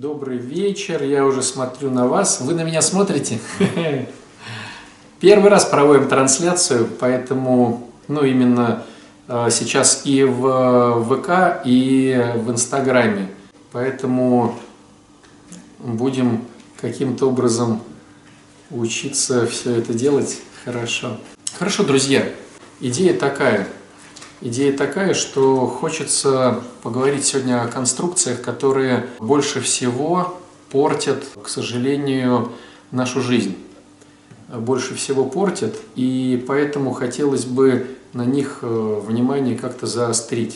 Добрый вечер, я уже смотрю на вас. Вы на меня смотрите? Первый раз проводим трансляцию, поэтому, именно сейчас и в ВК, и в Инстаграме. Поэтому будем каким-то образом учиться все это делать хорошо. Хорошо, друзья, идея такая, что хочется поговорить сегодня о конструкциях, которые больше всего портят, к сожалению, нашу жизнь. Больше всего портят, и поэтому хотелось бы на них внимание как-то заострить.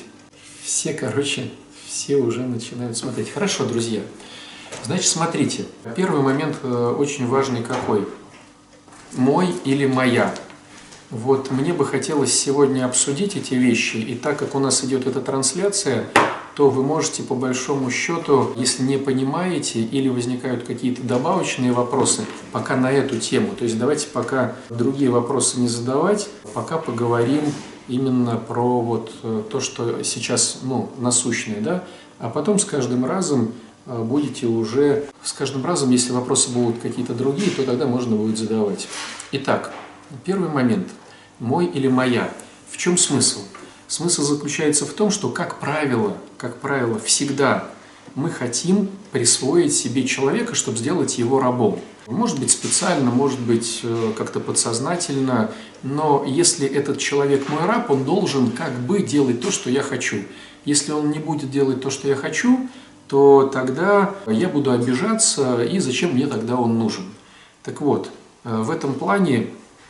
Все уже начинают смотреть. Хорошо, друзья. Значит, смотрите. Первый момент очень важный какой? Мой или моя? Вот мне бы хотелось сегодня обсудить эти вещи, и так как у нас идет эта трансляция, то вы можете по большому счету, если не понимаете или возникают какие-то добавочные вопросы, пока на эту тему, то есть давайте пока другие вопросы не задавать, пока поговорим именно про вот то, что сейчас насущное, да, а потом с каждым разом будете уже, если вопросы будут какие-то другие, то тогда можно будет задавать. Итак, первый момент. Мой или моя. В чем смысл? Смысл заключается в том, что, как правило, всегда мы хотим присвоить себе человека, чтобы сделать его рабом. Может быть специально, может быть как-то подсознательно, но если этот человек мой раб, он должен как бы делать то, что я хочу. Если он не будет делать то, что я хочу, то тогда я буду обижаться, и зачем мне тогда он нужен? Так вот, в этом плане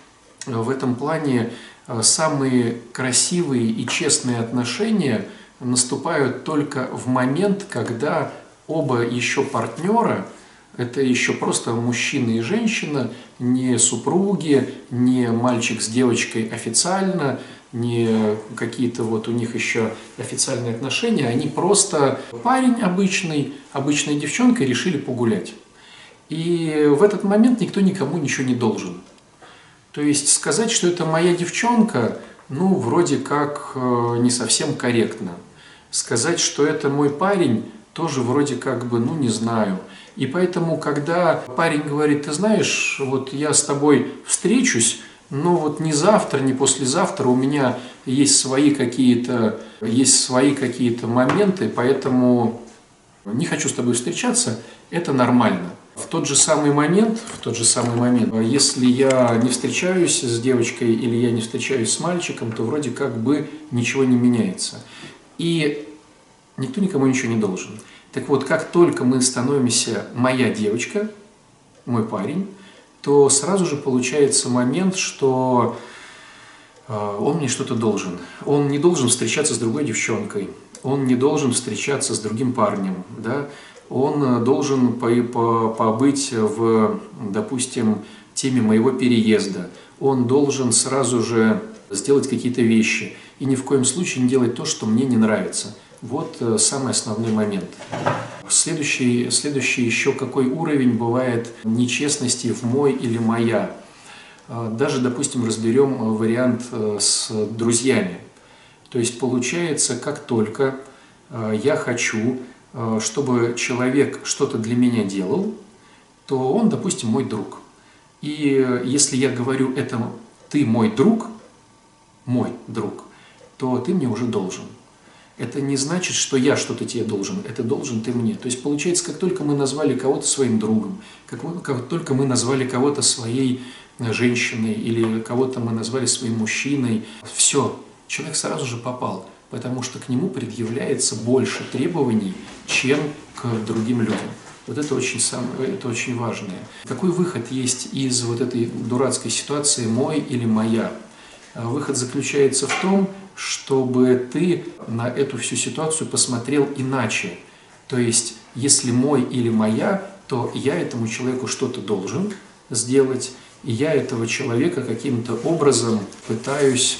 самые красивые и честные отношения наступают только в момент, когда оба еще партнера, это еще просто мужчина и женщина, не супруги, не мальчик с девочкой официально, не какие-то вот у них еще официальные отношения, они просто парень обычной девчонкой решили погулять. И в этот момент никто никому ничего не должен. То есть сказать, что это моя девчонка, вроде как не совсем корректно. Сказать, что это мой парень, тоже вроде как бы, не знаю. И поэтому, когда парень говорит, ты знаешь, вот я с тобой встречусь, но вот ни завтра, ни послезавтра у меня есть свои какие-то моменты, поэтому не хочу с тобой встречаться, это нормально. В тот же самый момент, если я не встречаюсь с девочкой или я не встречаюсь с мальчиком, то вроде как бы ничего не меняется. И никто никому ничего не должен. Так вот, как только мы становимся моя девочка, мой парень, то сразу же получается момент, что он мне что-то должен. Он не должен встречаться с другой девчонкой, он не должен встречаться с другим парнем, да? Он должен побыть в, допустим, теме моего переезда. Он должен сразу же сделать какие-то вещи. И ни в коем случае не делать то, что мне не нравится. Вот самый основной момент. Следующий еще какой уровень бывает нечестности в мой или моя. Даже, допустим, разберем вариант с друзьями. То есть получается, как только я хочу, чтобы человек что-то для меня делал, то он, допустим, мой друг. И если я говорю это «ты мой друг», то ты мне уже должен. Это не значит, что я что-то тебе должен, это должен ты мне. То есть получается, как только мы назвали кого-то своим другом, как только мы назвали кого-то своей женщиной или кого-то мы назвали своим мужчиной, все, человек сразу же попал. Потому что к нему предъявляется больше требований, чем к другим людям. Вот это очень важное. Какой выход есть из вот этой дурацкой ситуации «мой» или «моя»? Выход заключается в том, чтобы ты на эту всю ситуацию посмотрел иначе. То есть, если «мой» или «моя», то я этому человеку что-то должен сделать, и я этого человека каким-то образом пытаюсь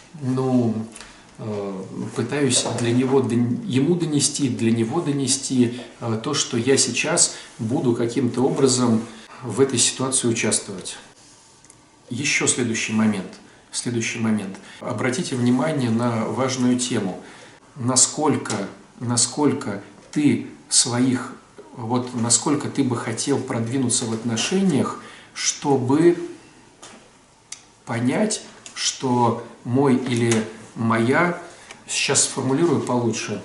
ему донести то, что я сейчас буду каким-то образом в этой ситуации участвовать. Еще следующий момент. Обратите внимание на важную тему. Насколько ты своих вот насколько ты бы хотел продвинуться в отношениях, чтобы понять, что мой или моя, сейчас сформулирую получше.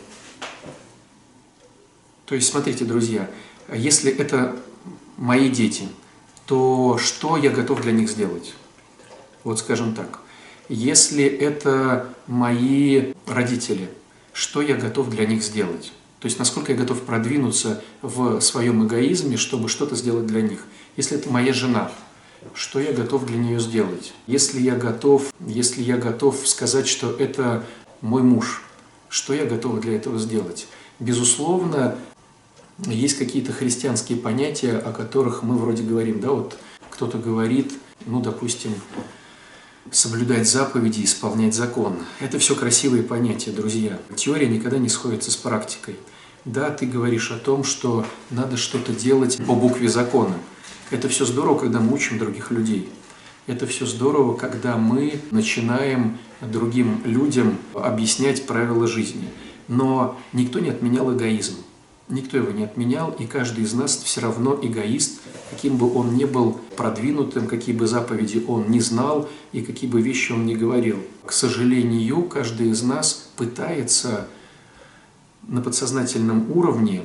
То есть, смотрите, друзья, если это мои дети, то что я готов для них сделать? Вот скажем так. Если это мои родители, что я готов для них сделать? То есть, насколько я готов продвинуться в своем эгоизме, чтобы что-то сделать для них. Если это моя жена, что я готов для нее сделать? Если я готов сказать, что это мой муж, что я готов для этого сделать? Безусловно, есть какие-то христианские понятия, о которых мы вроде говорим, да, вот кто-то говорит, ну, допустим, соблюдать заповеди, исполнять закон. Это все красивые понятия, друзья. Теория никогда не сходится с практикой. Да, ты говоришь о том, что надо что-то делать по букве закона. Это все здорово, когда мы учим других людей. Это все здорово, когда мы начинаем другим людям объяснять правила жизни. Но никто не отменял эгоизм. Никто его не отменял, и каждый из нас все равно эгоист, каким бы он ни был продвинутым, какие бы заповеди он не знал и какие бы вещи он не говорил. К сожалению, каждый из нас пытается на подсознательном уровне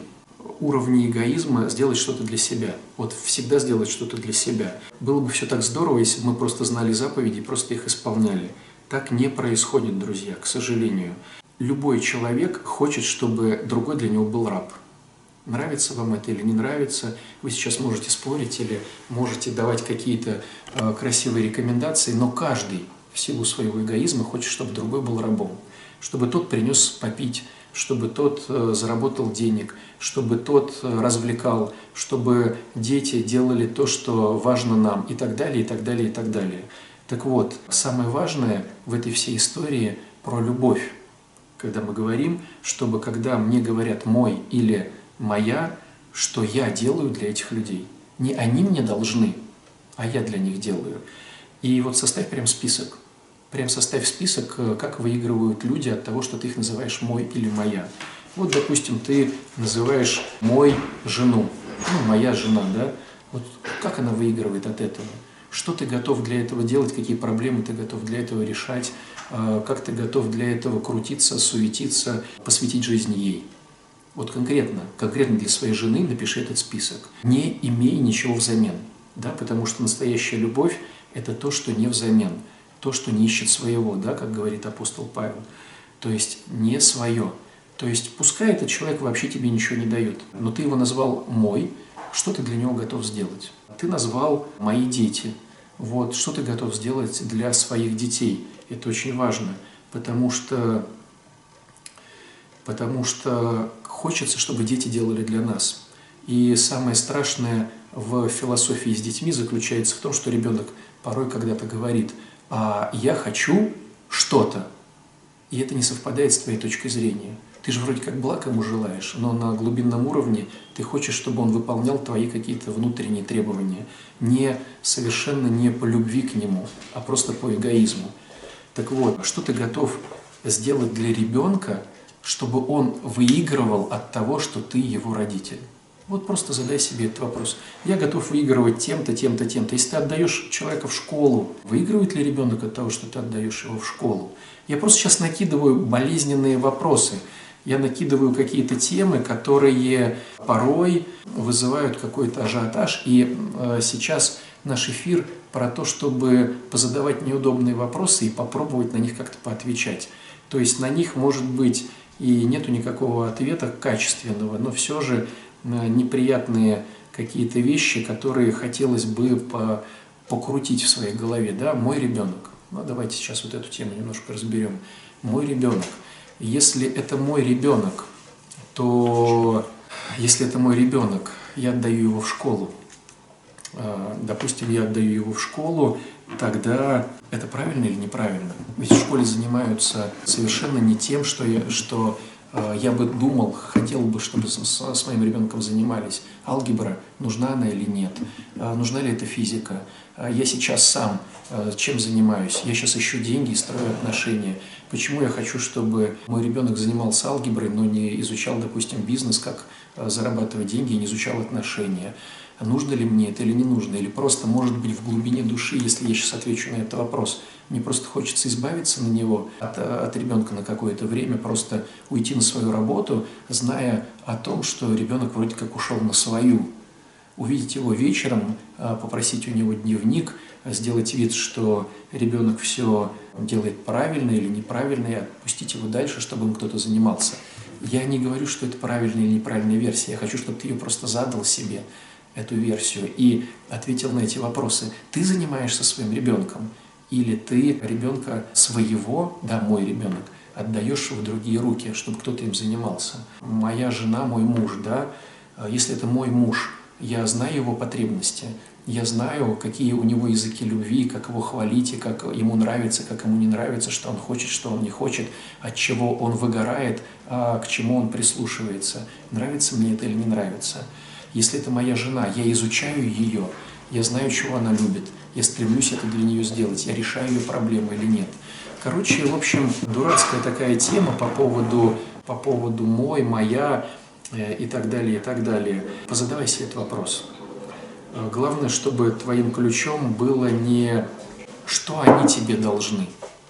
эгоизма сделать что-то для себя. Вот всегда сделать что-то для себя. Было бы все так здорово, если бы мы просто знали заповеди и просто их исполняли. Так не происходит, друзья, к сожалению. Любой человек хочет, чтобы другой для него был раб. Нравится вам это или не нравится, вы сейчас можете спорить или можете давать какие-то красивые рекомендации, но каждый в силу своего эгоизма хочет, чтобы другой был рабом, чтобы тот принес попить, чтобы тот заработал денег, чтобы тот развлекал, чтобы дети делали то, что важно нам, и так далее, и так далее, и так далее. Так вот, самое важное в этой всей истории про любовь. Когда мы говорим, чтобы когда мне говорят «мой» или «моя», что я делаю для этих людей. Не они мне должны, а я для них делаю. И вот составь прям список. Прям составь список, как выигрывают люди от того, что ты их называешь «мой» или «моя». Вот, допустим, ты называешь «мой» жену, ну, «моя жена», да? Вот как она выигрывает от этого? Что ты готов для этого делать, какие проблемы ты готов для этого решать, как ты готов для этого крутиться, суетиться, посвятить жизни ей. Вот конкретно для своей жены напиши этот список. Не имей ничего взамен, да, потому что настоящая любовь – это то, что не взамен, то, что не ищет своего, да, как говорит апостол Павел. То есть не свое. То есть пускай этот человек вообще тебе ничего не дает, но ты его назвал «мой», что ты для него готов сделать? Ты назвал «мои дети». Вот, что ты готов сделать для своих детей? Это очень важно, потому что хочется, чтобы дети делали для нас. И самое страшное в философии с детьми заключается в том, что ребенок порой когда-то говорит: «я хочу что-то», и это не совпадает с твоей точкой зрения. Ты же вроде как благ ему желаешь, но на глубинном уровне ты хочешь, чтобы он выполнял твои какие-то внутренние требования. Совершенно не по любви к нему, а просто по эгоизму. Так вот, что ты готов сделать для ребенка, чтобы он выигрывал от того, что ты его родитель? Вот просто задай себе этот вопрос. Я готов выигрывать тем-то, тем-то, тем-то. Если ты отдаешь человека в школу, выигрывает ли ребенок от того, что ты отдаешь его в школу? Я просто сейчас накидываю болезненные вопросы. Я накидываю какие-то темы, которые порой вызывают какой-то ажиотаж. И сейчас наш эфир про то, чтобы позадавать неудобные вопросы и попробовать на них как-то поотвечать. То есть на них, может быть, и нету никакого ответа качественного, но все же неприятные какие-то вещи, которые хотелось бы покрутить в своей голове. Да? Мой ребенок. Ну, давайте сейчас вот эту тему немножко разберем. Мой ребенок. Если это мой ребенок, то я отдаю его в школу. Допустим, я отдаю его в школу, тогда это правильно или неправильно? Ведь в школе занимаются совершенно не тем, что я бы думал, хотел бы, чтобы с моим ребенком занимались. Алгебра, нужна она или нет? Нужна ли эта физика? Я сейчас сам чем занимаюсь? Я сейчас ищу деньги и строю отношения. Почему я хочу, чтобы мой ребенок занимался алгеброй, но не изучал, допустим, бизнес, как зарабатывать деньги и не изучал отношения. Нужно ли мне это или не нужно? Или просто, может быть, в глубине души, если я сейчас отвечу на этот вопрос, мне просто хочется избавиться на него, от ребенка на какое-то время, просто уйти на свою работу, зная о том, что ребенок вроде как ушел на свою. Увидеть его вечером, попросить у него дневник, сделать вид, что ребенок все делает правильно или неправильно, и отпустить его дальше, чтобы им кто-то занимался. Я не говорю, что это правильная или неправильная версия. Я хочу, чтобы ты ее просто задал себе, эту версию, и ответил на эти вопросы. Ты занимаешься своим ребенком, или ты ребенка своего, да, мой ребенок, отдаешь в другие руки, чтобы кто-то им занимался. Моя жена, мой муж, да, если это мой муж, я знаю его потребности, я знаю, какие у него языки любви, как его хвалить, и как ему нравится, как ему не нравится, что он хочет, что он не хочет, от чего он выгорает, а к чему он прислушивается, нравится мне это или не нравится. Если это моя жена, я изучаю ее, я знаю, чего она любит, я стремлюсь это для нее сделать, я решаю ее проблемы или нет. Короче, в общем, дурацкая такая тема по поводу мой, моя и так далее, и так далее. Позадавай себе этот вопрос. Главное, чтобы твоим ключом было не что они тебе должны,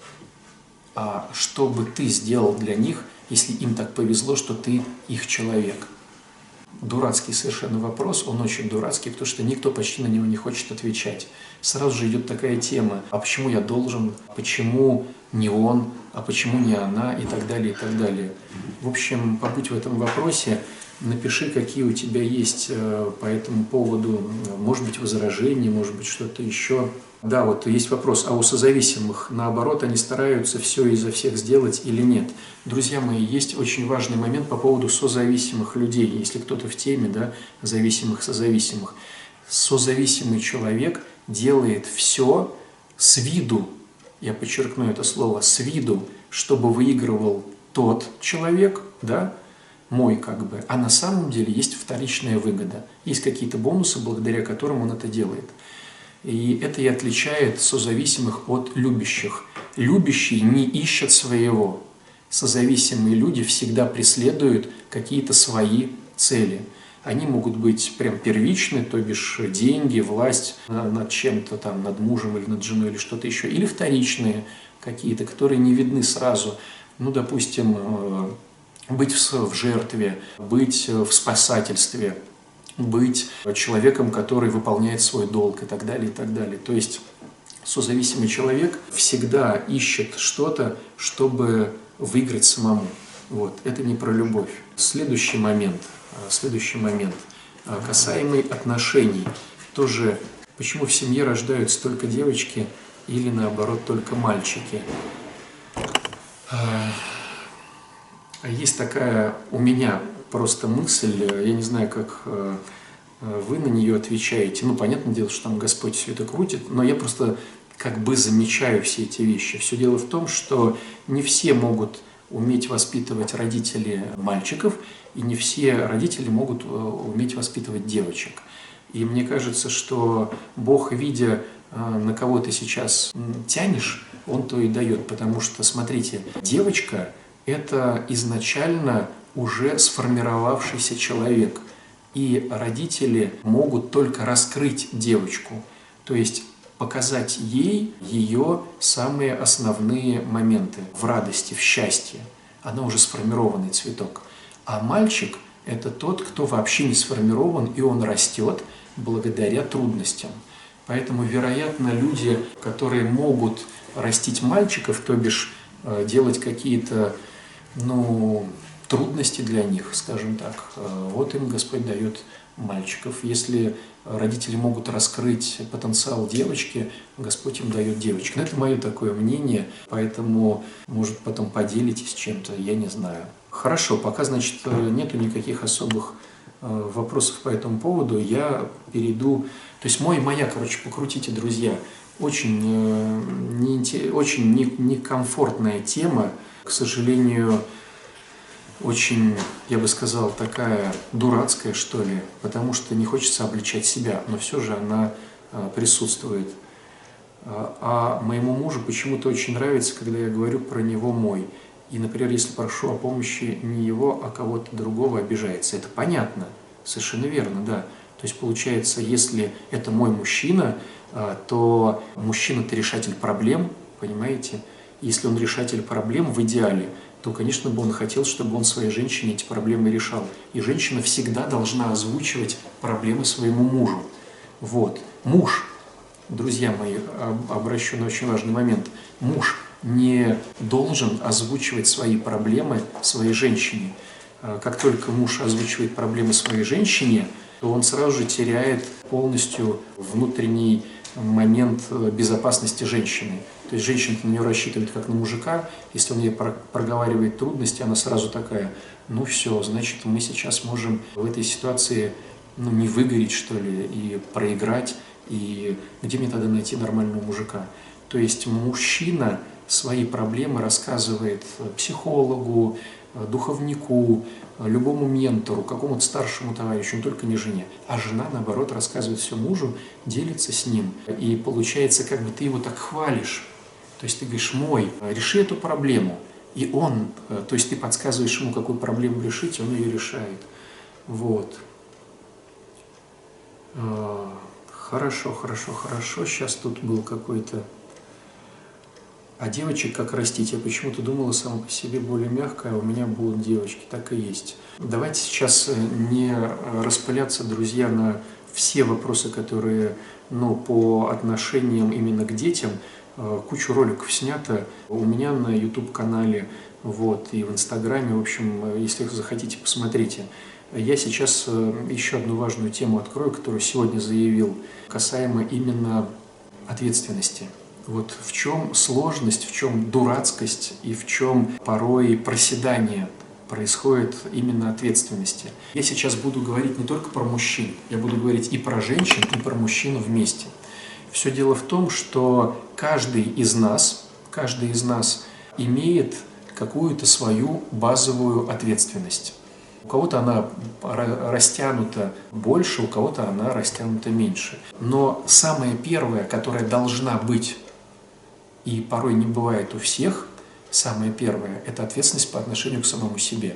а что бы ты сделал для них, если им так повезло, что ты их человек. Дурацкий совершенно вопрос, он очень дурацкий, потому что никто почти на него не хочет отвечать. Сразу же идет такая тема, а почему я должен, почему не он, а почему не она, и так далее, и так далее. В общем, побудь в этом вопросе, напиши, какие у тебя есть по этому поводу, может быть, возражения, может быть, что-то еще. Да, вот есть вопрос, а у созависимых, наоборот, они стараются все изо всех сделать или нет? Друзья мои, есть очень важный момент по поводу созависимых людей, если кто-то в теме, да, зависимых, созависимых. Созависимый человек делает все с виду, я подчеркну это слово, с виду, чтобы выигрывал тот человек, да, мой как бы, а на самом деле есть вторичная выгода, есть какие-то бонусы, благодаря которым он это делает. И это и отличает созависимых от любящих. Любящие не ищут своего. Созависимые люди всегда преследуют какие-то свои цели. Они могут быть прям первичны, то бишь деньги, власть над чем-то там, над мужем или над женой или что-то еще. Или вторичные какие-то, которые не видны сразу. Ну, допустим, быть в жертве, быть в спасательстве, быть человеком, который выполняет свой долг и так далее, и так далее. То есть созависимый человек всегда ищет что-то, чтобы выиграть самому. Вот. Это не про любовь. Следующий момент, касаемый отношений. Тоже, почему в семье рождаются только девочки или наоборот только мальчики? Есть такая у меня просто мысль, я не знаю, как вы на нее отвечаете. Ну, понятное дело, что там Господь все это крутит, но я просто как бы замечаю все эти вещи. Все дело в том, что не все могут уметь воспитывать родители мальчиков, и не все родители могут уметь воспитывать девочек. И мне кажется, что Бог, видя, на кого ты сейчас тянешь, Он то и дает. Потому что, смотрите, девочка – это изначально уже сформировавшийся человек. И родители могут только раскрыть девочку, то есть показать ей ее самые основные моменты в радости, в счастье. Она уже сформированный цветок. А мальчик – это тот, кто вообще не сформирован, и он растет благодаря трудностям. Поэтому, вероятно, люди, которые могут растить мальчиков, то бишь делать какие-то, трудности для них, скажем так. Вот им Господь дает мальчиков. Если родители могут раскрыть потенциал девочки, Господь им дает девочку. Это мое такое мнение, поэтому, может, потом поделитесь чем-то, я не знаю. Хорошо, пока, значит, нету никаких особых вопросов по этому поводу, я перейду... То есть покрутите, друзья, очень некомфортная тема, к сожалению, очень, я бы сказал, такая дурацкая, что ли, потому что не хочется обличать себя, но все же она присутствует. А моему мужу почему-то очень нравится, когда я говорю про него «мой». И, например, если прошу о помощи не его, а кого-то другого, обижается. Это понятно, совершенно верно, да. То есть получается, если это мой мужчина, то мужчина-то решатель проблем, понимаете? Если он решатель проблем в идеале, то, конечно, бы он хотел, чтобы он своей женщине эти проблемы решал. И женщина всегда должна озвучивать проблемы своему мужу. Вот. Муж, друзья мои, обращу на очень важный момент, муж не должен озвучивать свои проблемы своей женщине. Как только муж озвучивает проблемы своей женщине, то он сразу же теряет полностью внутренний момент безопасности женщины. То есть женщина на нее рассчитывает как на мужика, если он ей проговаривает трудности, она сразу такая, ну все, значит, мы сейчас можем в этой ситуации не выгореть, что ли, и проиграть, и где мне тогда найти нормального мужика? То есть мужчина свои проблемы рассказывает психологу, духовнику, любому ментору, какому-то старшему товарищу, но только не жене. А жена, наоборот, рассказывает все мужу, делится с ним. И получается, как бы ты его так хвалишь. То есть ты говоришь, мой, реши эту проблему. И он, то есть ты подсказываешь ему, какую проблему решить, и он ее решает. Вот. Хорошо. Сейчас тут был какой-то... А девочек как растить? Я почему-то думала, сама по себе более мягкая, а у меня будут девочки. Так и есть. Давайте сейчас не распыляться, друзья, на все вопросы, которые по отношениям именно к детям. Кучу роликов снято у меня на YouTube-канале, и в Инстаграме. В общем, если захотите, посмотрите. Я сейчас еще одну важную тему открою, которую сегодня заявил, касаемо именно ответственности. Вот в чем сложность, в чем дурацкость и в чем порой проседание происходит именно ответственности. Я сейчас буду говорить не только про мужчин, я буду говорить и про женщин, и про мужчин вместе. Все дело в том, что каждый из нас имеет какую-то свою базовую ответственность. У кого-то она растянута больше, у кого-то она растянута меньше. Но самое первое, которое должна быть, и порой не бывает у всех, самое первое – это ответственность по отношению к самому себе.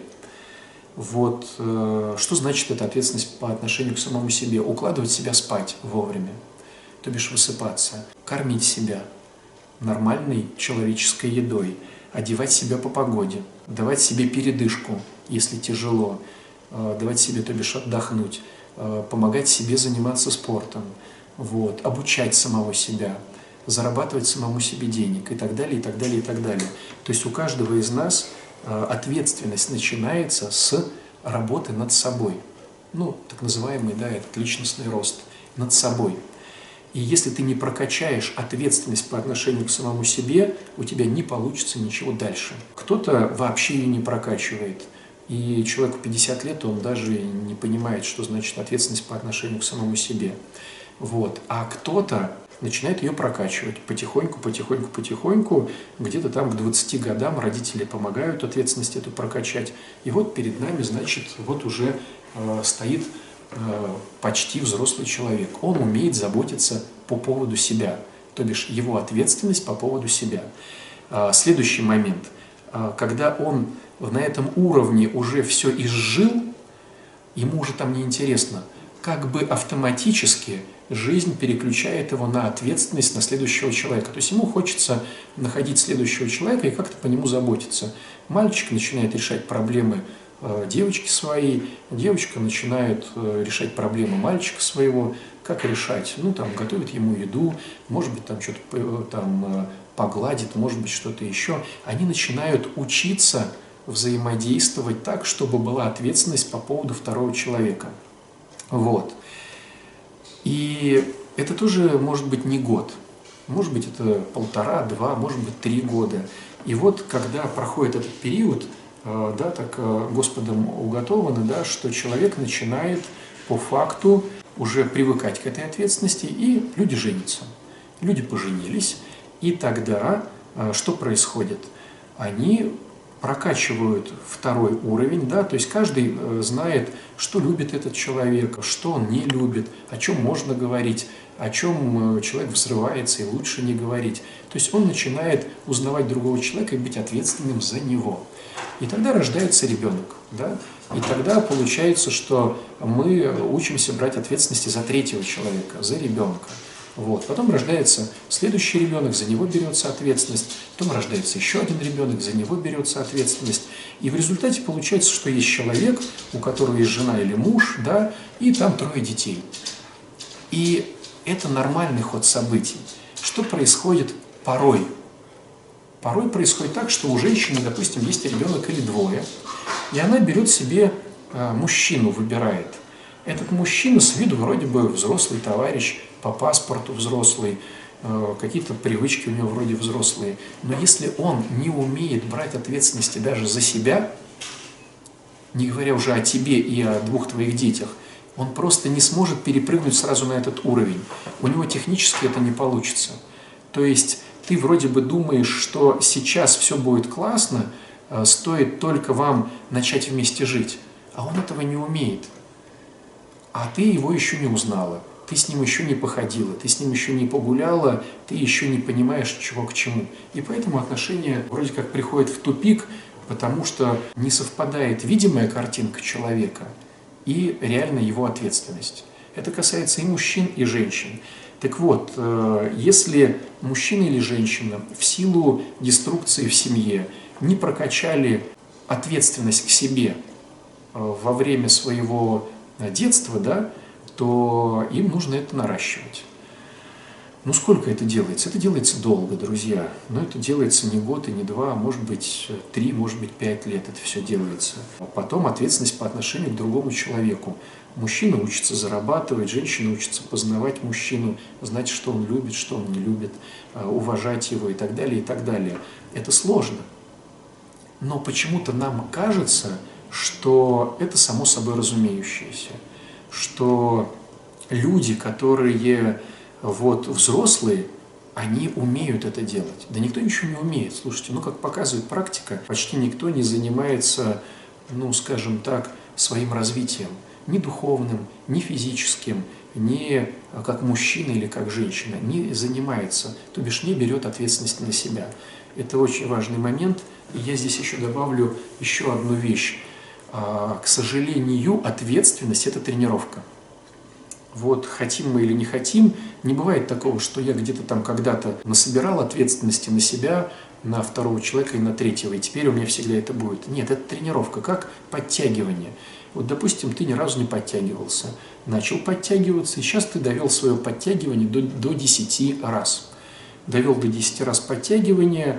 Что значит эта ответственность по отношению к самому себе? Укладывать себя спать вовремя, то бишь высыпаться, кормить себя нормальной человеческой едой, одевать себя по погоде, давать себе передышку, если тяжело, давать себе, то бишь, отдохнуть, помогать себе заниматься спортом, обучать самого себя, зарабатывать самому себе денег и так далее, и так далее, и так далее. То есть у каждого из нас ответственность начинается с работы над собой. Так называемый, этот личностный рост над собой. И если ты не прокачаешь ответственность по отношению к самому себе, у тебя не получится ничего дальше. Кто-то вообще ее не прокачивает. И человеку 50 лет, он даже не понимает, что значит ответственность по отношению к самому себе. А кто-то начинает ее прокачивать потихоньку, где-то там к 20 годам родители помогают ответственность эту прокачать. И перед нами, уже стоит почти взрослый человек. Он умеет заботиться по поводу себя, то бишь его ответственность по поводу себя. Следующий момент, когда он на этом уровне уже все изжил, ему уже там неинтересно, как бы автоматически жизнь переключает его на ответственность на следующего человека. То есть ему хочется находить следующего человека и как-то по нему заботиться. Мальчик начинает решать проблемы девочки своей, девочка начинает решать проблемы мальчика своего. Как решать? Готовит ему еду, может быть, там что-то погладит, может быть, что-то еще. Они начинают учиться взаимодействовать так, чтобы была ответственность по поводу второго человека. И это тоже может быть не год, может быть, это 1,5, 2, может быть, 3 года. И когда проходит этот период, так Господом уготовано, что человек начинает по факту уже привыкать к этой ответственности, и люди женятся. Люди поженились, и тогда что происходит? Они прокачивают второй уровень, да, то есть каждый знает, что любит этот человек, что он не любит, о чем можно говорить, о чем человек взрывается и лучше не говорить. То есть он начинает узнавать другого человека и быть ответственным за него. И тогда рождается ребенок, да? И тогда получается, что мы учимся брать ответственность за третьего человека, за ребенка. Вот. Потом рождается следующий ребенок, за него берется ответственность. Потом рождается еще один ребенок, за него берется ответственность. И в результате получается, что есть человек, у которого есть жена или муж, да, и там 3 детей. И это нормальный ход событий. Что происходит порой? Порой происходит так, что у женщины, допустим, есть ребенок или 2, и она берет себе мужчину, выбирает. Этот мужчина с виду вроде бы взрослый товарищ, по паспорту взрослый, какие-то привычки у него вроде взрослые. Но если он не умеет брать ответственности даже за себя, не говоря уже о тебе и о 2 твоих детях, он просто не сможет перепрыгнуть сразу на этот уровень. У него технически это не получится. То есть ты вроде бы думаешь, что сейчас все будет классно, стоит только вам начать вместе жить, а он этого не умеет. А ты его еще не узнала, ты с ним еще не походила, ты с ним еще не погуляла, ты еще не понимаешь, чего к чему. И поэтому отношения вроде как приходят в тупик, потому что не совпадает видимая картинка человека и реально его ответственность. Это касается и мужчин, и женщин. Так вот, если мужчина или женщина в силу деструкции в семье не прокачали ответственность к себе во время своего детства, да, то им нужно это наращивать. Ну, сколько это делается? Это делается долго, друзья. Но это делается не год и не 2, может быть 3, может быть 5 лет это все делается. А потом ответственность по отношению к другому человеку. Мужчина учится зарабатывать, женщина учится познавать мужчину, знать, что он любит, что он не любит, уважать его и так далее, и так далее. Это сложно. Но почему-то нам кажется, что это само собой разумеющееся, что люди, которые вот взрослые, они умеют это делать. Да никто ничего не умеет. Слушайте, ну как показывает практика, почти никто не занимается, ну скажем так, своим развитием. Ни духовным, ни физическим, ни как мужчина или как женщина. Не занимается, то бишь не берет ответственность на себя. Это очень важный момент. И я здесь еще добавлю еще одну вещь. К сожалению, ответственность – это тренировка. Вот хотим мы или не хотим, не бывает такого, что я где-то там когда-то насобирал ответственности на себя, на 2 человека и на 3, и теперь у меня всегда это будет. Нет, это тренировка, как подтягивание. Вот, допустим, ты ни разу не подтягивался, начал подтягиваться, и сейчас ты довел свое подтягивание до 10 раз. Довел до 10 раз подтягивания,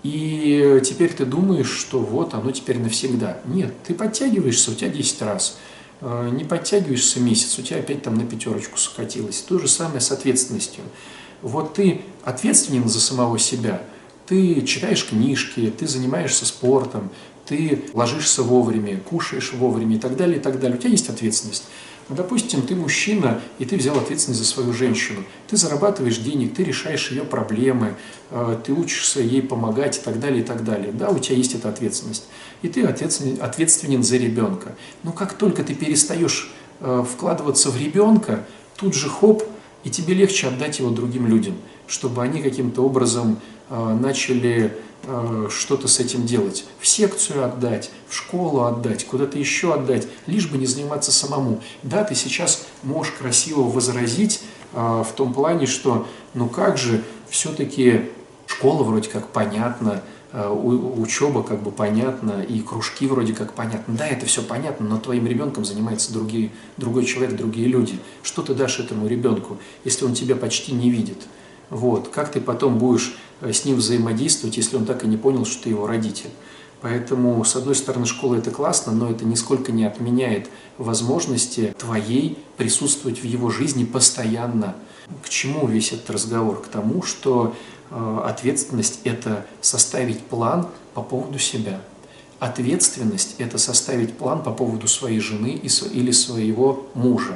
и теперь ты думаешь, что вот оно теперь навсегда. Нет, ты подтягиваешься, у тебя 10 раз. Не подтягиваешься месяц, у тебя опять там на 5 скатилось. То же самое с ответственностью. Вот ты ответственен за самого себя, ты читаешь книжки, ты занимаешься спортом, ты ложишься вовремя, кушаешь вовремя и так далее, и так далее. У тебя есть ответственность. Ну, допустим, ты мужчина, и ты взял ответственность за свою женщину. Ты зарабатываешь денег, ты решаешь ее проблемы, ты учишься ей помогать и так далее, и так далее. Да, у тебя есть эта ответственность. И ты ответственен за ребенка. Но как только ты перестаешь вкладываться в ребенка, тут же хоп, и тебе легче отдать его другим людям, чтобы они каким-то образом начали что-то с этим делать. В секцию отдать, в школу отдать, куда-то еще отдать, лишь бы не заниматься самому. Да, ты сейчас можешь красиво возразить в том плане, что ну как же, все-таки школа вроде как понятна, учеба как бы понятна, и кружки вроде как понятны. Да, это все понятно, но твоим ребенком занимается другой человек, другие люди. Что ты дашь этому ребенку, если он тебя почти не видит? Вот. Как ты потом будешь с ним взаимодействовать, если он так и не понял, что ты его родитель? Поэтому, с одной стороны, школа – это классно, но это нисколько не отменяет возможности твоей присутствовать в его жизни постоянно. К чему весь этот разговор? К тому, что ответственность – это составить план по поводу себя. Ответственность – это составить план по поводу своей жены или своего мужа.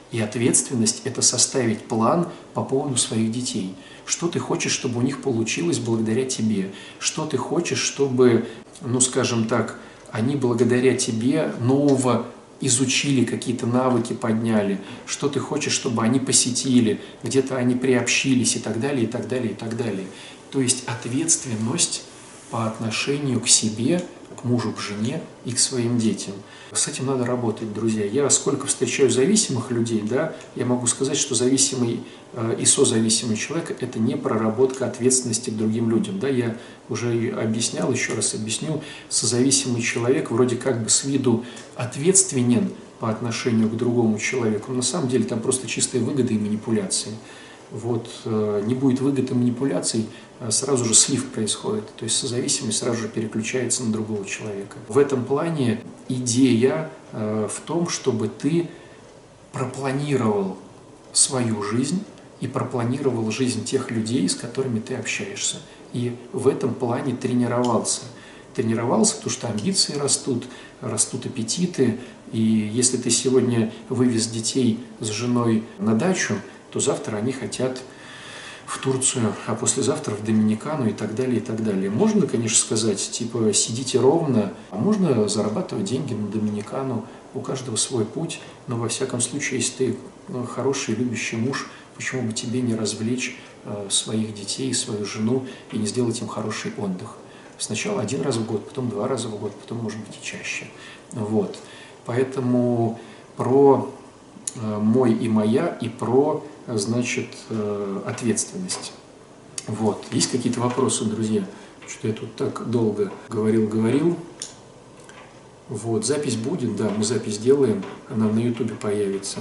И ответственность – это составить план по поводу своих детей. Что ты хочешь, чтобы у них получилось благодаря тебе? Что ты хочешь, чтобы, ну скажем так, они благодаря тебе нового изучили, какие-то навыки подняли? Что ты хочешь, чтобы они посетили, где-то они приобщились и так далее, и так далее, и так далее. То есть ответственность по отношению к себе, к мужу, к жене и к своим детям. С этим надо работать, друзья. Я сколько встречаю зависимых людей, да, я могу сказать, что зависимый и созависимый человек – это не проработка ответственности к другим людям. Да, я уже объяснял, еще раз объясню, созависимый человек вроде как бы с виду ответственен по отношению к другому человеку, но на самом деле там просто чистая выгода и манипуляции. Вот, не будет выгод и манипуляций, сразу же слив происходит, то есть созависимость сразу же переключается на другого человека. В этом плане идея в том, чтобы ты пропланировал свою жизнь и пропланировал жизнь тех людей, с которыми ты общаешься. И в этом плане тренировался. Тренировался, потому что амбиции растут, растут аппетиты. И если ты сегодня вывез детей с женой на дачу, то завтра они хотят в Турцию, а послезавтра в Доминикану и так далее, и так далее. Можно, конечно, сказать, типа, сидите ровно, а можно зарабатывать деньги на Доминикану, у каждого свой путь, но во всяком случае, если ты хороший, любящий муж, почему бы тебе не развлечь своих детей, свою жену и не сделать им хороший отдых? Сначала 1 раз в год, потом 2 раза в год, потом, может быть, и чаще. Вот. Поэтому про мой и моя, и про, значит, ответственность. Вот. Есть какие-то вопросы, друзья? Что я тут так долго говорил. Вот. Запись будет, да, мы запись делаем, она на YouTube появится.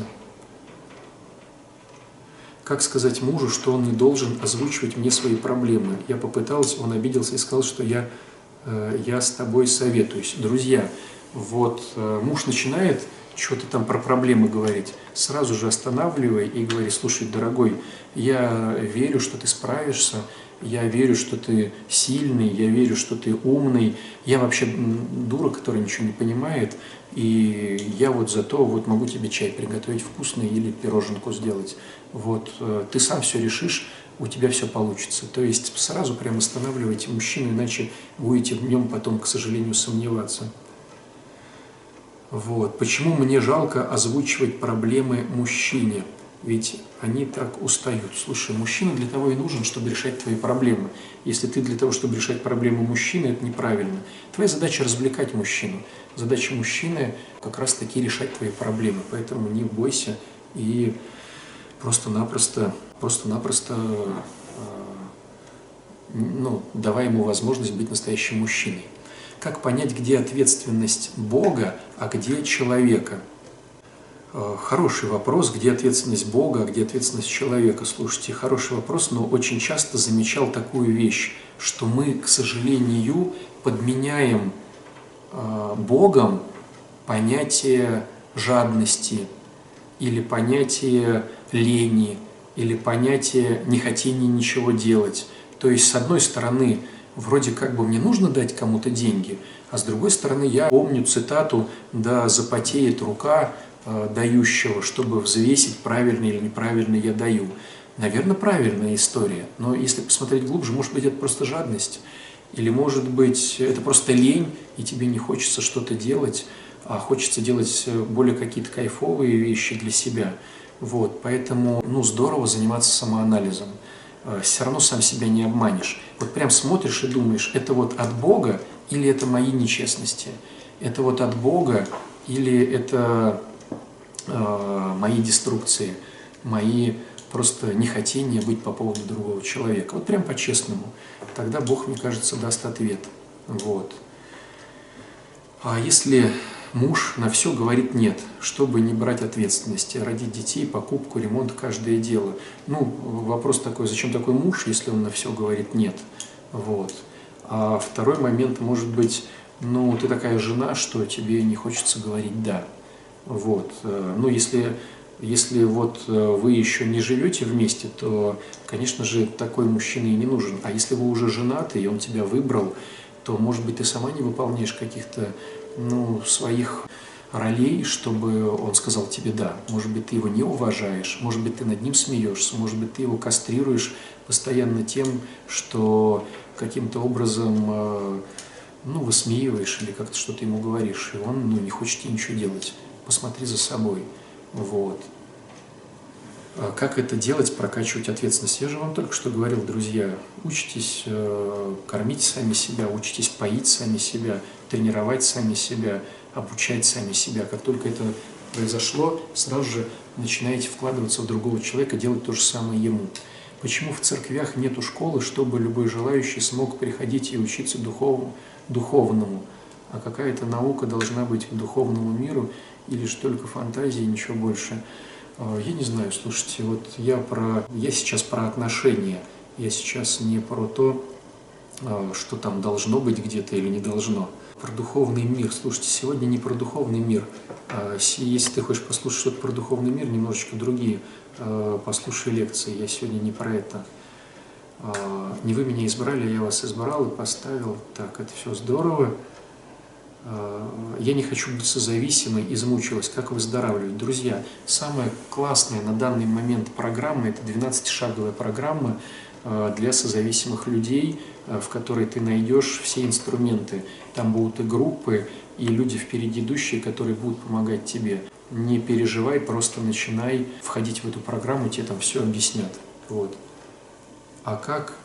Как сказать мужу, что он не должен озвучивать мне свои проблемы? Я попыталась, он обиделся и сказал, что я с тобой советуюсь. Друзья, вот муж начинает что-то там про проблемы говорить, сразу же останавливай и говори: слушай, дорогой, я верю, что ты справишься, я верю, что ты сильный, я верю, что ты умный, я вообще дура, которая ничего не понимает, и я вот зато вот могу тебе чай приготовить вкусный или пироженку сделать. Вот, ты сам все решишь, у тебя все получится. То есть сразу прям останавливайте мужчину, иначе будете в нем потом, к сожалению, сомневаться. Вот. Почему мне жалко озвучивать проблемы мужчине? Ведь они так устают. Слушай, мужчина для того и нужен, чтобы решать твои проблемы. Если ты для того, чтобы решать проблемы мужчины, это неправильно. Твоя задача развлекать мужчину. Задача мужчины как раз таки решать твои проблемы. Поэтому не бойся и просто-напросто давай ему возможность быть настоящим мужчиной. Как понять, где ответственность Бога, а где человека? Хороший вопрос, где ответственность Бога, а где ответственность человека. Слушайте, хороший вопрос, но очень часто замечал такую вещь, что мы, к сожалению, подменяем Богом понятие жадности или понятие лени, или понятие нехотения ничего делать. То есть, с одной стороны, вроде как бы мне нужно дать кому-то деньги, а с другой стороны, я помню цитату: «Да запотеет рука дающего, чтобы взвесить, правильно или неправильно я даю». Наверное, правильная история, но если посмотреть глубже, может быть, это просто жадность, или может быть, это просто лень, и тебе не хочется что-то делать, а хочется делать более какие-то кайфовые вещи для себя. Вот, поэтому, здорово заниматься самоанализом. Все равно сам себя не обманешь. Вот прям смотришь и думаешь, это вот от Бога или это мои нечестности? Это вот от Бога или это мои деструкции, мои просто нехотения быть по поводу другого человека? Вот прям по-честному. Тогда Бог, мне кажется, даст ответ. Вот. А если муж на все говорит нет, чтобы не брать ответственности, родить детей, покупку, ремонт, каждое дело? Вопрос такой: зачем такой муж, если он на все говорит нет? Вот. А второй момент, может быть, ты такая жена, что тебе не хочется говорить да. Вот. Если вот вы еще не живете вместе, то, конечно же, такой мужчина и не нужен. А если вы уже женаты, и он тебя выбрал, то, может быть, ты сама не выполняешь каких-то своих ролей, чтобы он сказал тебе «да». Может быть, ты его не уважаешь, может быть, ты над ним смеешься, может быть, ты его кастрируешь постоянно тем, что каким-то образом высмеиваешь или как-то что-то ему говоришь, и он не хочет тебе ничего делать. Посмотри за собой. Вот. Как это делать, прокачивать ответственность? Я же вам только что говорил, друзья, учитесь кормить сами себя, учитесь поить сами себя, тренировать сами себя, обучать сами себя. Как только это произошло, сразу же начинаете вкладываться в другого человека, делать то же самое ему. Почему в церквях нету школы, чтобы любой желающий смог приходить и учиться духовному? А какая-то наука должна быть к духовному миру или же только фантазии и ничего больше? Я не знаю, слушайте, вот я сейчас про отношения, я сейчас не про то, что там должно быть где-то или не должно. Про духовный мир. Слушайте, сегодня не про духовный мир. Если ты хочешь послушать что-то про духовный мир, немножечко другие, послушай лекции. Я сегодня не про это. Не вы меня избрали, я вас избрал и поставил. Так, это все здорово. Я не хочу быть созависимой, измучилась. Как выздоравливать? Друзья, самая классная на данный момент программа – это 12-шаговая программа для созависимых людей, в которой ты найдешь все инструменты. Там будут и группы, и люди впереди идущие, которые будут помогать тебе. Не переживай, просто начинай входить в эту программу, тебе там все объяснят. Вот. А как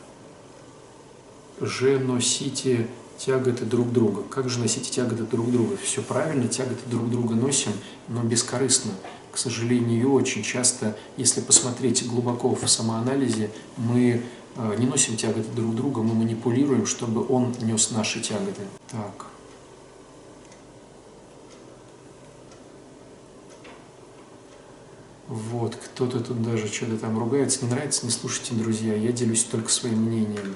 же носите тяготы друг друга? Как же носите тяготы друг друга? Все правильно, тяготы друг друга носим, но бескорыстно. К сожалению, очень часто, если посмотреть глубоко в самоанализе, мы не носим тяготы друг друга, мы манипулируем, чтобы он нес наши тяготы. Так. Вот, кто-то тут даже что-то там ругается. Не нравится, не слушайте, друзья, я делюсь только своим мнением.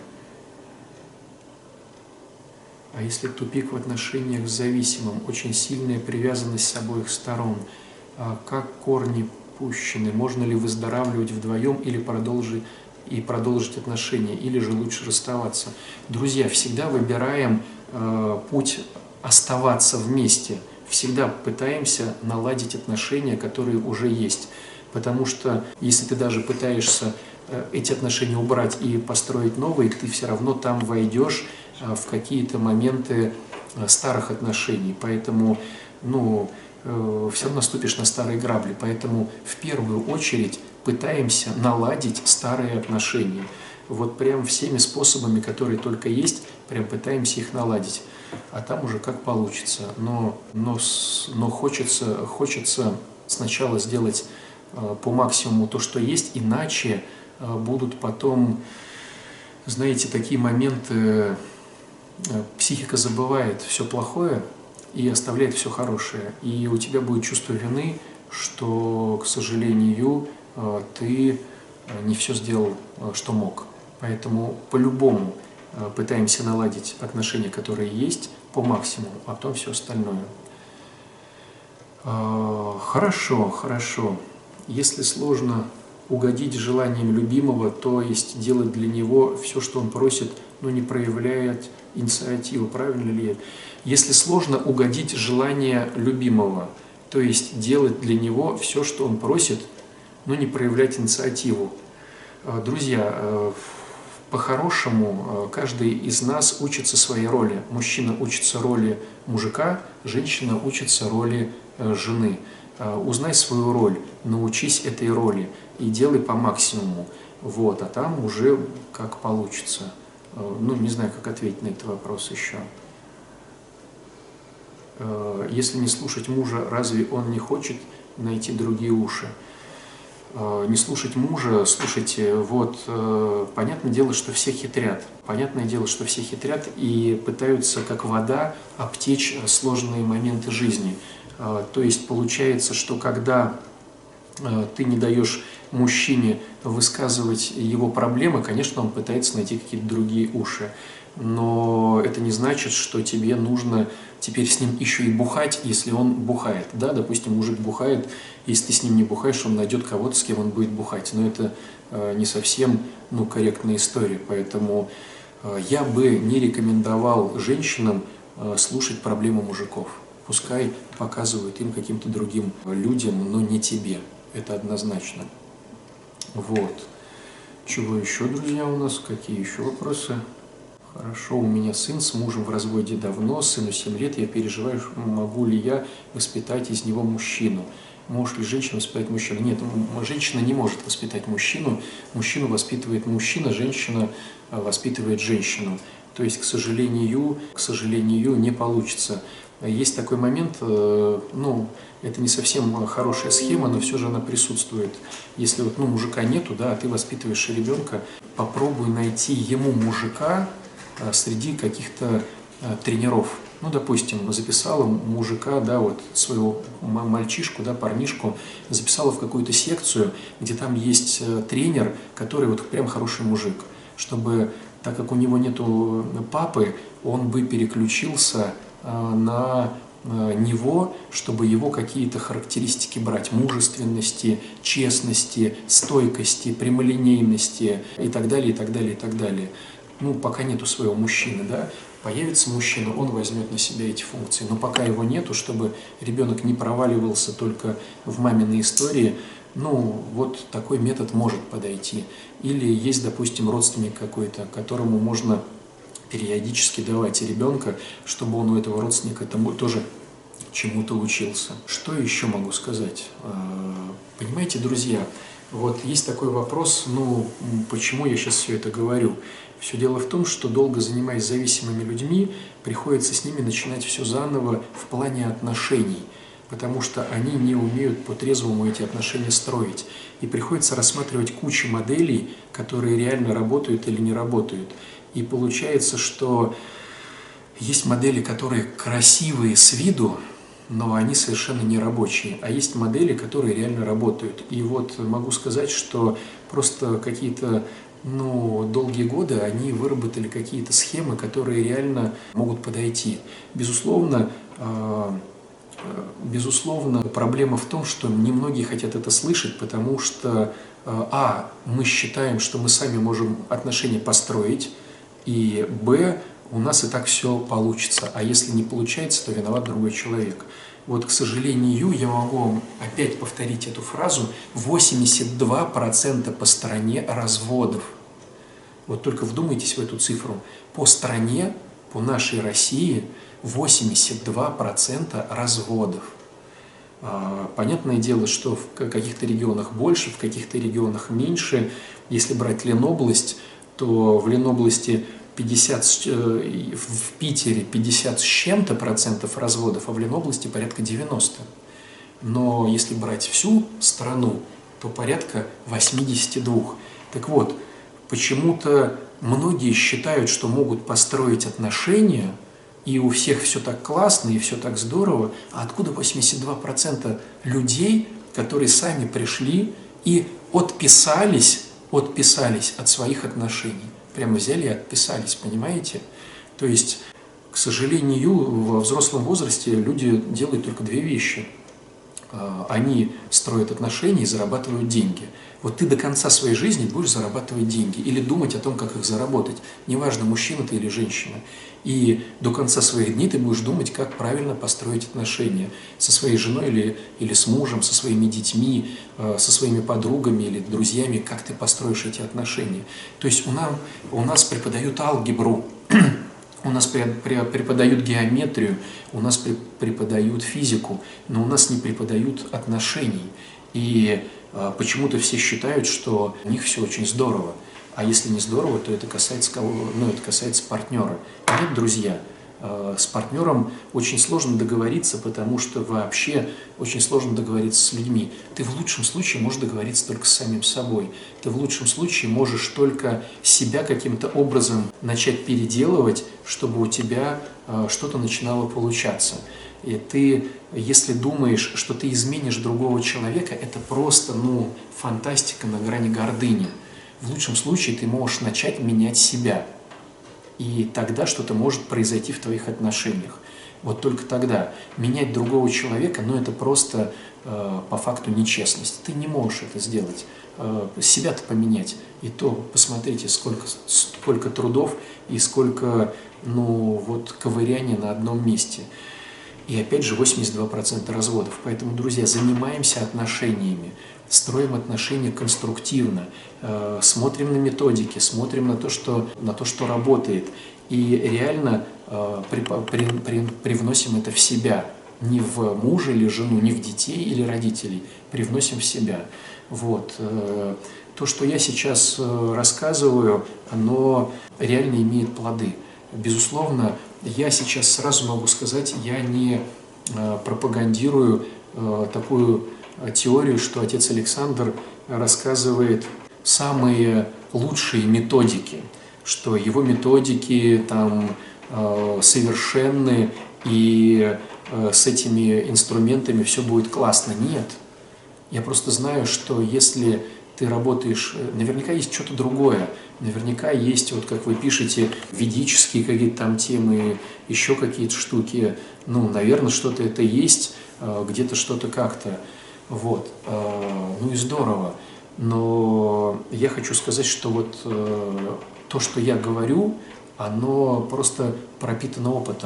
А если тупик в отношениях с зависимым, очень сильная привязанность с обоих сторон, как корни пущены, можно ли выздоравливать вдвоем или продолжить отношения, или же лучше расставаться? Друзья, всегда выбираем путь оставаться вместе, всегда пытаемся наладить отношения, которые уже есть. Потому что если ты даже пытаешься эти отношения убрать и построить новые, ты все равно там войдешь в какие-то моменты старых отношений. Поэтому, все равно ступишь на старые грабли. Поэтому в первую очередь пытаемся наладить старые отношения. Вот прям всеми способами, которые только есть, прям пытаемся их наладить. А там уже как получится. Но хочется сначала сделать по максимуму то, что есть, иначе будут потом, знаете, такие моменты, психика забывает все плохое и оставляет все хорошее. И у тебя будет чувство вины, что, к сожалению, ты не все сделал, что мог. Поэтому по-любому пытаемся наладить отношения, которые есть, по максимуму, а потом все остальное. Хорошо. Если сложно угодить желаниям любимого, то есть делать для него все, что он просит, но не проявляет инициативу, правильно ли? Если сложно угодить желания любимого, то есть делать для него все, что он просит, но не проявлять инициативу. Друзья, по-хорошему, каждый из нас учится своей роли. Мужчина учится роли мужика, женщина учится роли жены. Узнай свою роль, научись этой роли и делай по максимуму. Вот, а там уже как получится. Не знаю, как ответить на этот вопрос еще. Если не слушать мужа, разве он не хочет найти другие уши? Не слушать мужа, слушайте, понятное дело, что все хитрят. Понятное дело, что все хитрят и пытаются, как вода, обтечь сложные моменты жизни. То есть получается, что когда ты не даешь мужчине высказывать его проблемы, конечно, он пытается найти какие-то другие уши. Но это не значит, что тебе нужно теперь с ним еще и бухать, если он бухает. Да, допустим, мужик бухает, если ты с ним не бухаешь, он найдет кого-то, с кем он будет бухать. Но это не совсем корректная история. Поэтому я бы не рекомендовал женщинам слушать проблемы мужиков. пускай показывают им каким-то другим людям, но не тебе. Это однозначно. Вот. Чего еще, друзья, у нас? Какие еще вопросы? Хорошо, у меня сын с мужем в разводе давно, сыну 7 лет, я переживаю, могу ли я воспитать из него мужчину. Может ли женщина воспитать мужчину? Нет, женщина не может воспитать мужчину, мужчину воспитывает мужчина, женщина воспитывает женщину. То есть, к сожалению, не получится. Есть такой момент, ну, это не совсем хорошая схема, но все же она присутствует. Если вот, ну, мужика нету, да, а ты воспитываешь ребенка, попробуй найти ему мужика среди каких-то тренеров. Ну, допустим, записала мужика, да, вот своего мальчишку, да, парнишку, записала в какую-то секцию, где там есть тренер, который вот прям хороший мужик, чтобы, так как у него нету папы, он бы переключился на него, чтобы его какие-то характеристики брать, мужественности, честности, стойкости, прямолинейности и так далее, и так далее, и так далее. Ну, пока нету своего мужчины, да, появится мужчина, он возьмет на себя эти функции, но пока его нету, чтобы ребенок не проваливался только в маминой истории, ну, вот такой метод может подойти. Или есть, допустим, родственник какой-то, которому можно периодически давать ребенка, чтобы он у этого родственника тому тоже чему-то учился. Что еще могу сказать? Понимаете, друзья, вот есть такой вопрос, ну, почему я сейчас все это говорю? Все дело в том, что долго занимаясь зависимыми людьми, приходится с ними начинать все заново в плане отношений, потому что они не умеют по-трезвому эти отношения строить. И приходится рассматривать кучу моделей, которые реально работают или не работают. И получается, что есть модели, которые красивые с виду, но они совершенно не рабочие. А есть модели, которые реально работают. И вот могу сказать, что просто какие-то долгие годы они выработали какие-то схемы, которые реально могут подойти. Безусловно, проблема в том, что немногие хотят это слышать, потому что мы считаем, что мы сами можем отношения построить, и у нас и так все получится. А если не получается, то виноват другой человек. Вот, к сожалению, я могу вам опять повторить эту фразу: 82% по стране разводов. Вот только вдумайтесь в эту цифру. По стране, по нашей России, 82% разводов. Понятное дело, что в каких-то регионах больше, в каких-то регионах меньше. Если брать Ленобласть, то в Ленобласти 50, в Питере 50 с чем-то процентов разводов, а в Ленобласти порядка 90. Но если брать всю страну, то порядка 82. Так вот, почему-то многие считают, что могут построить отношения, и у всех все так классно, и все так здорово. А откуда 82% людей, которые сами пришли и отписались от своих отношений? Прямо взяли и отписались, понимаете? То есть, к сожалению, во взрослом возрасте люди делают только две вещи. Они строят отношения и зарабатывают деньги. Вот ты до конца своей жизни будешь зарабатывать деньги или думать о том, как их заработать. Неважно, мужчина ты или женщина. И до конца своих дней ты будешь думать, как правильно построить отношения со своей женой или с мужем, со своими детьми, со своими подругами или друзьями, как ты построишь эти отношения. То есть у нас преподают алгебру, у нас преподают геометрию, у нас преподают физику, но у нас не преподают отношений. И почему-то все считают, что у них все очень здорово. А если не здорово, то это касается кого? Это касается партнера. Нет, друзья, с партнером очень сложно договориться, потому что вообще очень сложно договориться с людьми. Ты в лучшем случае можешь договориться только с самим собой. Ты в лучшем случае можешь только себя каким-то образом начать переделывать, чтобы у тебя что-то начинало получаться. И ты, если думаешь, что ты изменишь другого человека, это просто, фантастика на грани гордыни. В лучшем случае ты можешь начать менять себя. И тогда что-то может произойти в твоих отношениях. Вот только тогда менять другого человека, это просто по факту нечестность. Ты не можешь это сделать. Себя-то поменять. И то посмотрите, сколько трудов и сколько ковыряния на одном месте. И опять же 82% разводов. Поэтому, друзья, занимаемся отношениями, строим отношения конструктивно, смотрим на методики, смотрим на то, что работает. И реально привносим это в себя. Не в мужа или жену, не в детей или родителей. Привносим в себя. Вот. То, что я сейчас рассказываю, оно реально имеет плоды. Безусловно, я сейчас сразу могу сказать, я не пропагандирую такую теорию, что отец Александр рассказывает самые лучшие методики, что его методики там совершенны и с этими инструментами все будет классно. Нет. Я просто знаю, что если ты работаешь, наверняка есть что-то другое, наверняка есть, вот как вы пишете, ведические какие-то там темы, еще какие-то штуки, ну, наверное, что-то это есть, где-то что-то как-то, вот, ну и здорово, но я хочу сказать, что вот то, что я говорю, оно просто пропитано опытом,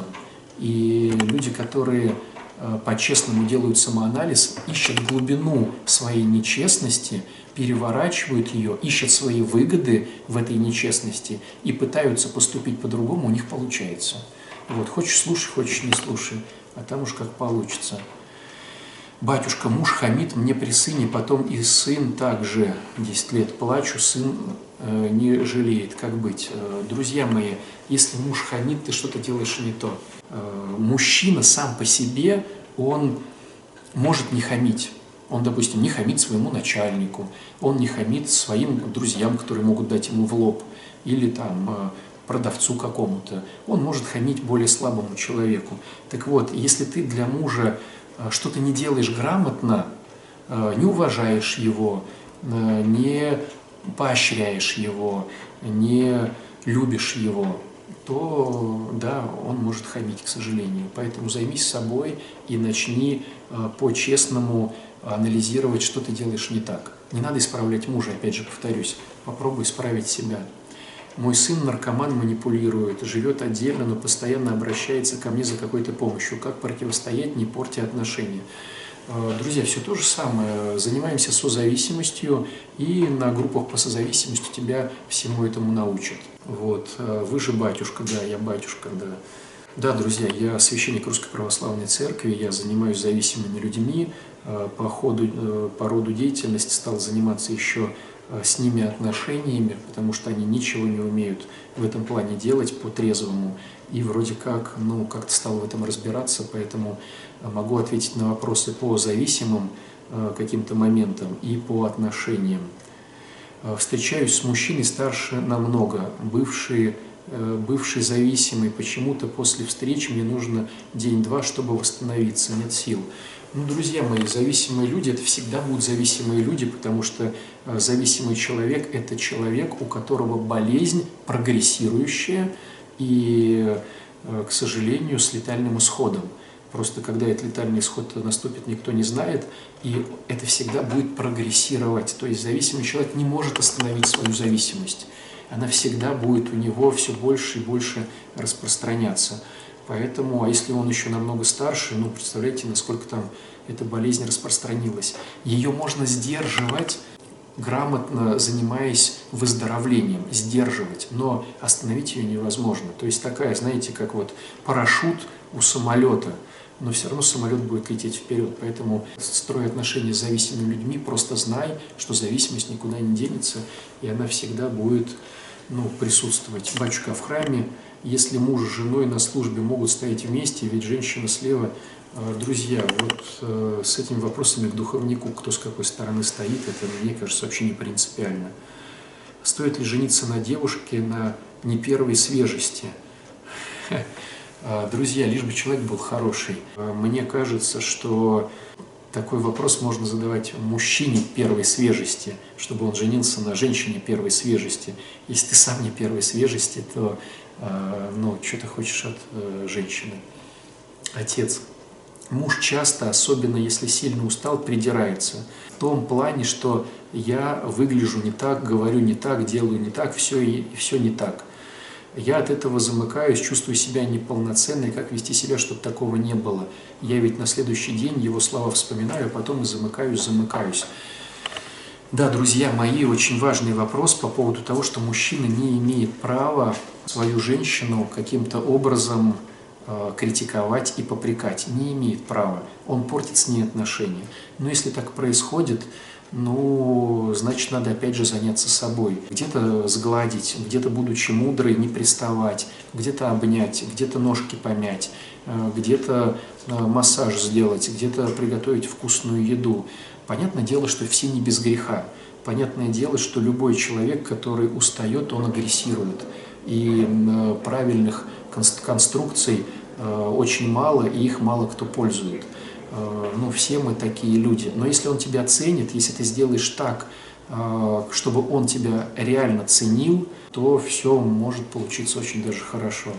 и люди, которые по-честному делают самоанализ, ищут глубину своей нечестности, переворачивают ее, ищут свои выгоды в этой нечестности и пытаются поступить по-другому, у них получается. Вот, хочешь слушай, хочешь не слушай, а там уж как получится. Батюшка, муж хамит мне при сыне, потом и сын также 10 лет плачу, сын не жалеет, как быть. Друзья мои, если муж хамит, ты что-то делаешь не то. Мужчина сам по себе, он может не хамить. Он, допустим, не хамит своему начальнику, он не хамит своим друзьям, которые могут дать ему в лоб, или там продавцу какому-то. Он может хамить более слабому человеку. Так вот, если ты для мужа что-то не делаешь грамотно, не уважаешь его, не поощряешь его, не любишь его, то да, он может хамить, к сожалению. Поэтому займись собой и начни по-честному анализировать, что ты делаешь не так. Не надо исправлять мужа, опять же повторюсь, попробуй исправить себя. Мой сын наркоман, манипулирует, живет отдельно, но постоянно обращается ко мне за какой-то помощью. Как противостоять, не портя отношения? Друзья, все то же самое. Занимаемся созависимостью, и на группах по созависимости тебя всему этому научат. Вот. Вы же батюшка, да, я батюшка, да. Да, друзья, я священник Русской Православной Церкви, я занимаюсь зависимыми людьми. По роду деятельности стал заниматься еще с ними отношениями, потому что они ничего не умеют в этом плане делать по-трезвому. И вроде как, как-то стал в этом разбираться, поэтому могу ответить на вопросы по зависимым каким-то моментам и по отношениям. Встречаюсь с мужчиной старше намного, бывший зависимый, почему-то после встречи мне нужно день-два, чтобы восстановиться, нет сил. Друзья мои, зависимые люди – это всегда будут зависимые люди, потому что зависимый человек – это человек, у которого болезнь прогрессирующая и, к сожалению, с летальным исходом. Просто когда этот летальный исход наступит, никто не знает, и это всегда будет прогрессировать. То есть зависимый человек не может остановить свою зависимость. Она всегда будет у него все больше и больше распространяться. Поэтому, а если он еще намного старше, представляете, насколько там эта болезнь распространилась. Ее можно сдерживать, грамотно занимаясь выздоровлением, сдерживать, но остановить ее невозможно. То есть такая, знаете, как вот парашют у самолета, но все равно самолет будет лететь вперед. Поэтому, строя отношения с зависимыми людьми, просто знай, что зависимость никуда не денется, и она всегда будет присутствовать. Батюшка, в храме, если муж с женой на службе могут стоять вместе, ведь женщина слева. Друзья, вот с этими вопросами к духовнику, кто с какой стороны стоит, это, мне кажется, вообще не принципиально. Стоит ли жениться на девушке на не первой свежести? Друзья, лишь бы человек был хороший. Мне кажется, что такой вопрос можно задавать мужчине первой свежести, чтобы он женился на женщине первой свежести. Если ты сам не первой свежести, то что ты хочешь от женщины? Отец. Муж часто, особенно если сильно устал, придирается. В том плане, что я выгляжу не так, говорю не так, делаю не так, все не так. Я от этого замыкаюсь, чувствую себя неполноценной, как вести себя, чтобы такого не было. Я ведь на следующий день его слова вспоминаю, а потом и замыкаюсь. Да, друзья мои, очень важный вопрос по поводу того, что мужчина не имеет права свою женщину каким-то образом критиковать и попрекать. Не имеет права. Он портит с ней отношения. Но если так происходит, значит, надо опять же заняться собой. Где-то сгладить, где-то, будучи мудрой, не приставать, где-то обнять, где-то ножки помять, где-то массаж сделать, где-то приготовить вкусную еду. Понятное дело, что все не без греха. Понятное дело, что любой человек, который устает, он агрессирует. И правильных конструкций очень мало, и их мало кто пользует. Все мы такие люди. Но если он тебя ценит, если ты сделаешь так, чтобы он тебя реально ценил, то все может получиться очень даже хорошо.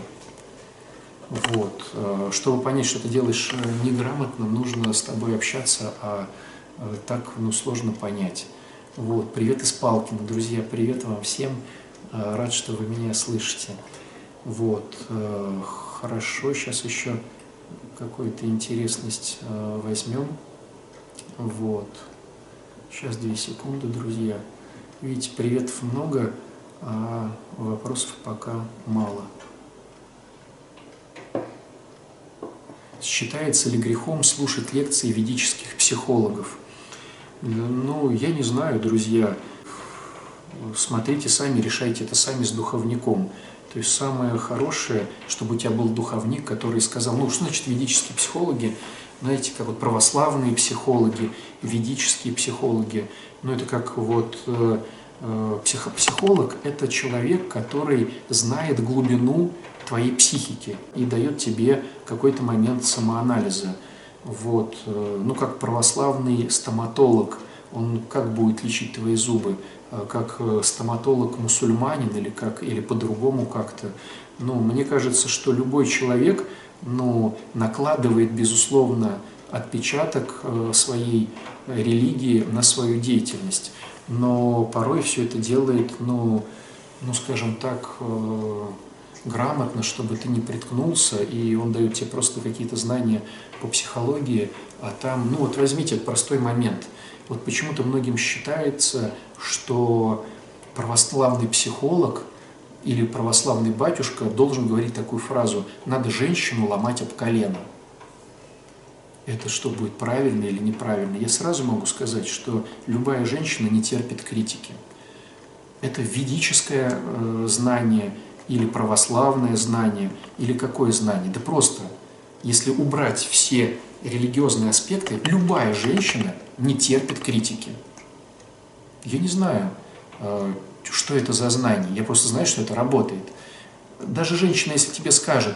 Чтобы понять, что ты делаешь неграмотно, нужно с тобой общаться, а так сложно понять. Привет из Палкина, друзья, привет вам всем. Рад, что вы меня слышите. Хорошо, сейчас еще какую-то интересность возьмем. Сейчас 2 секунды, друзья. Видите, приветов много, а вопросов пока мало. Считается ли грехом слушать лекции ведических психологов? Я не знаю, друзья. Смотрите сами, решайте это сами с духовником. То есть самое хорошее, чтобы у тебя был духовник, который сказал, что значит ведические психологи, знаете, как православные психологи, ведические психологи. Это как психолог – это человек, который знает глубину твоей психики и дает тебе какой-то момент самоанализа. Как православный стоматолог, он как будет лечить твои зубы? Как стоматолог-мусульманин или по-другому как-то. Мне кажется, что любой человек накладывает, безусловно, отпечаток своей религии на свою деятельность. Но порой все это делает, скажем так, грамотно, чтобы ты не приткнулся, и он дает тебе просто какие-то знания по психологии, а там, возьмите простой момент. Почему-то многим считается, что православный психолог или православный батюшка должен говорить такую фразу: «Надо женщину ломать об колено». Это что, будет правильно или неправильно? Я сразу могу сказать, что любая женщина не терпит критики. Это ведическое знание или православное знание, или какое знание? Да просто, если убрать все религиозные аспекты, любая женщина не терпит критики. Я не знаю, что это за знание, я просто знаю, что это работает. Даже женщина, если тебе скажет: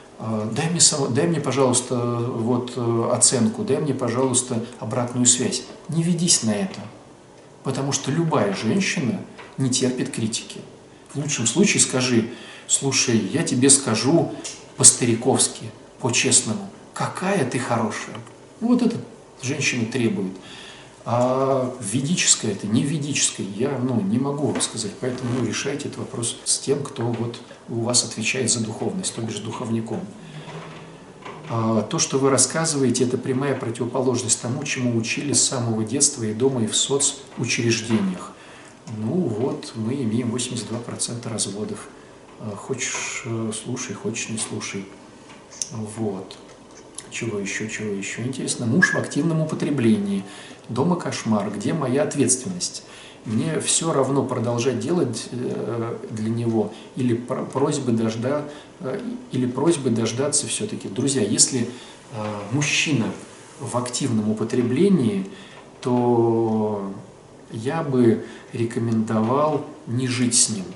дай мне, пожалуйста, оценку, дай мне, пожалуйста, обратную связь, не ведись на это, потому что любая женщина не терпит критики. В лучшем случае скажи: слушай, я тебе скажу по-стариковски, по-честному, какая ты хорошая. Это женщина требует. А ведическое это, не ведическое, я не могу вам сказать. Поэтому решайте этот вопрос с тем, кто у вас отвечает за духовность, то бишь духовником. То, что вы рассказываете, это прямая противоположность тому, чему учили с самого детства и дома, и в соцучреждениях. Мы имеем 82% разводов. Хочешь – слушай, хочешь – не слушай. Чего еще? Интересно. Муж в активном употреблении. Дома кошмар. Где моя ответственность? Мне все равно продолжать делать для него или просьбы дождаться все-таки. Друзья, если мужчина в активном употреблении, то я бы рекомендовал не жить с ним.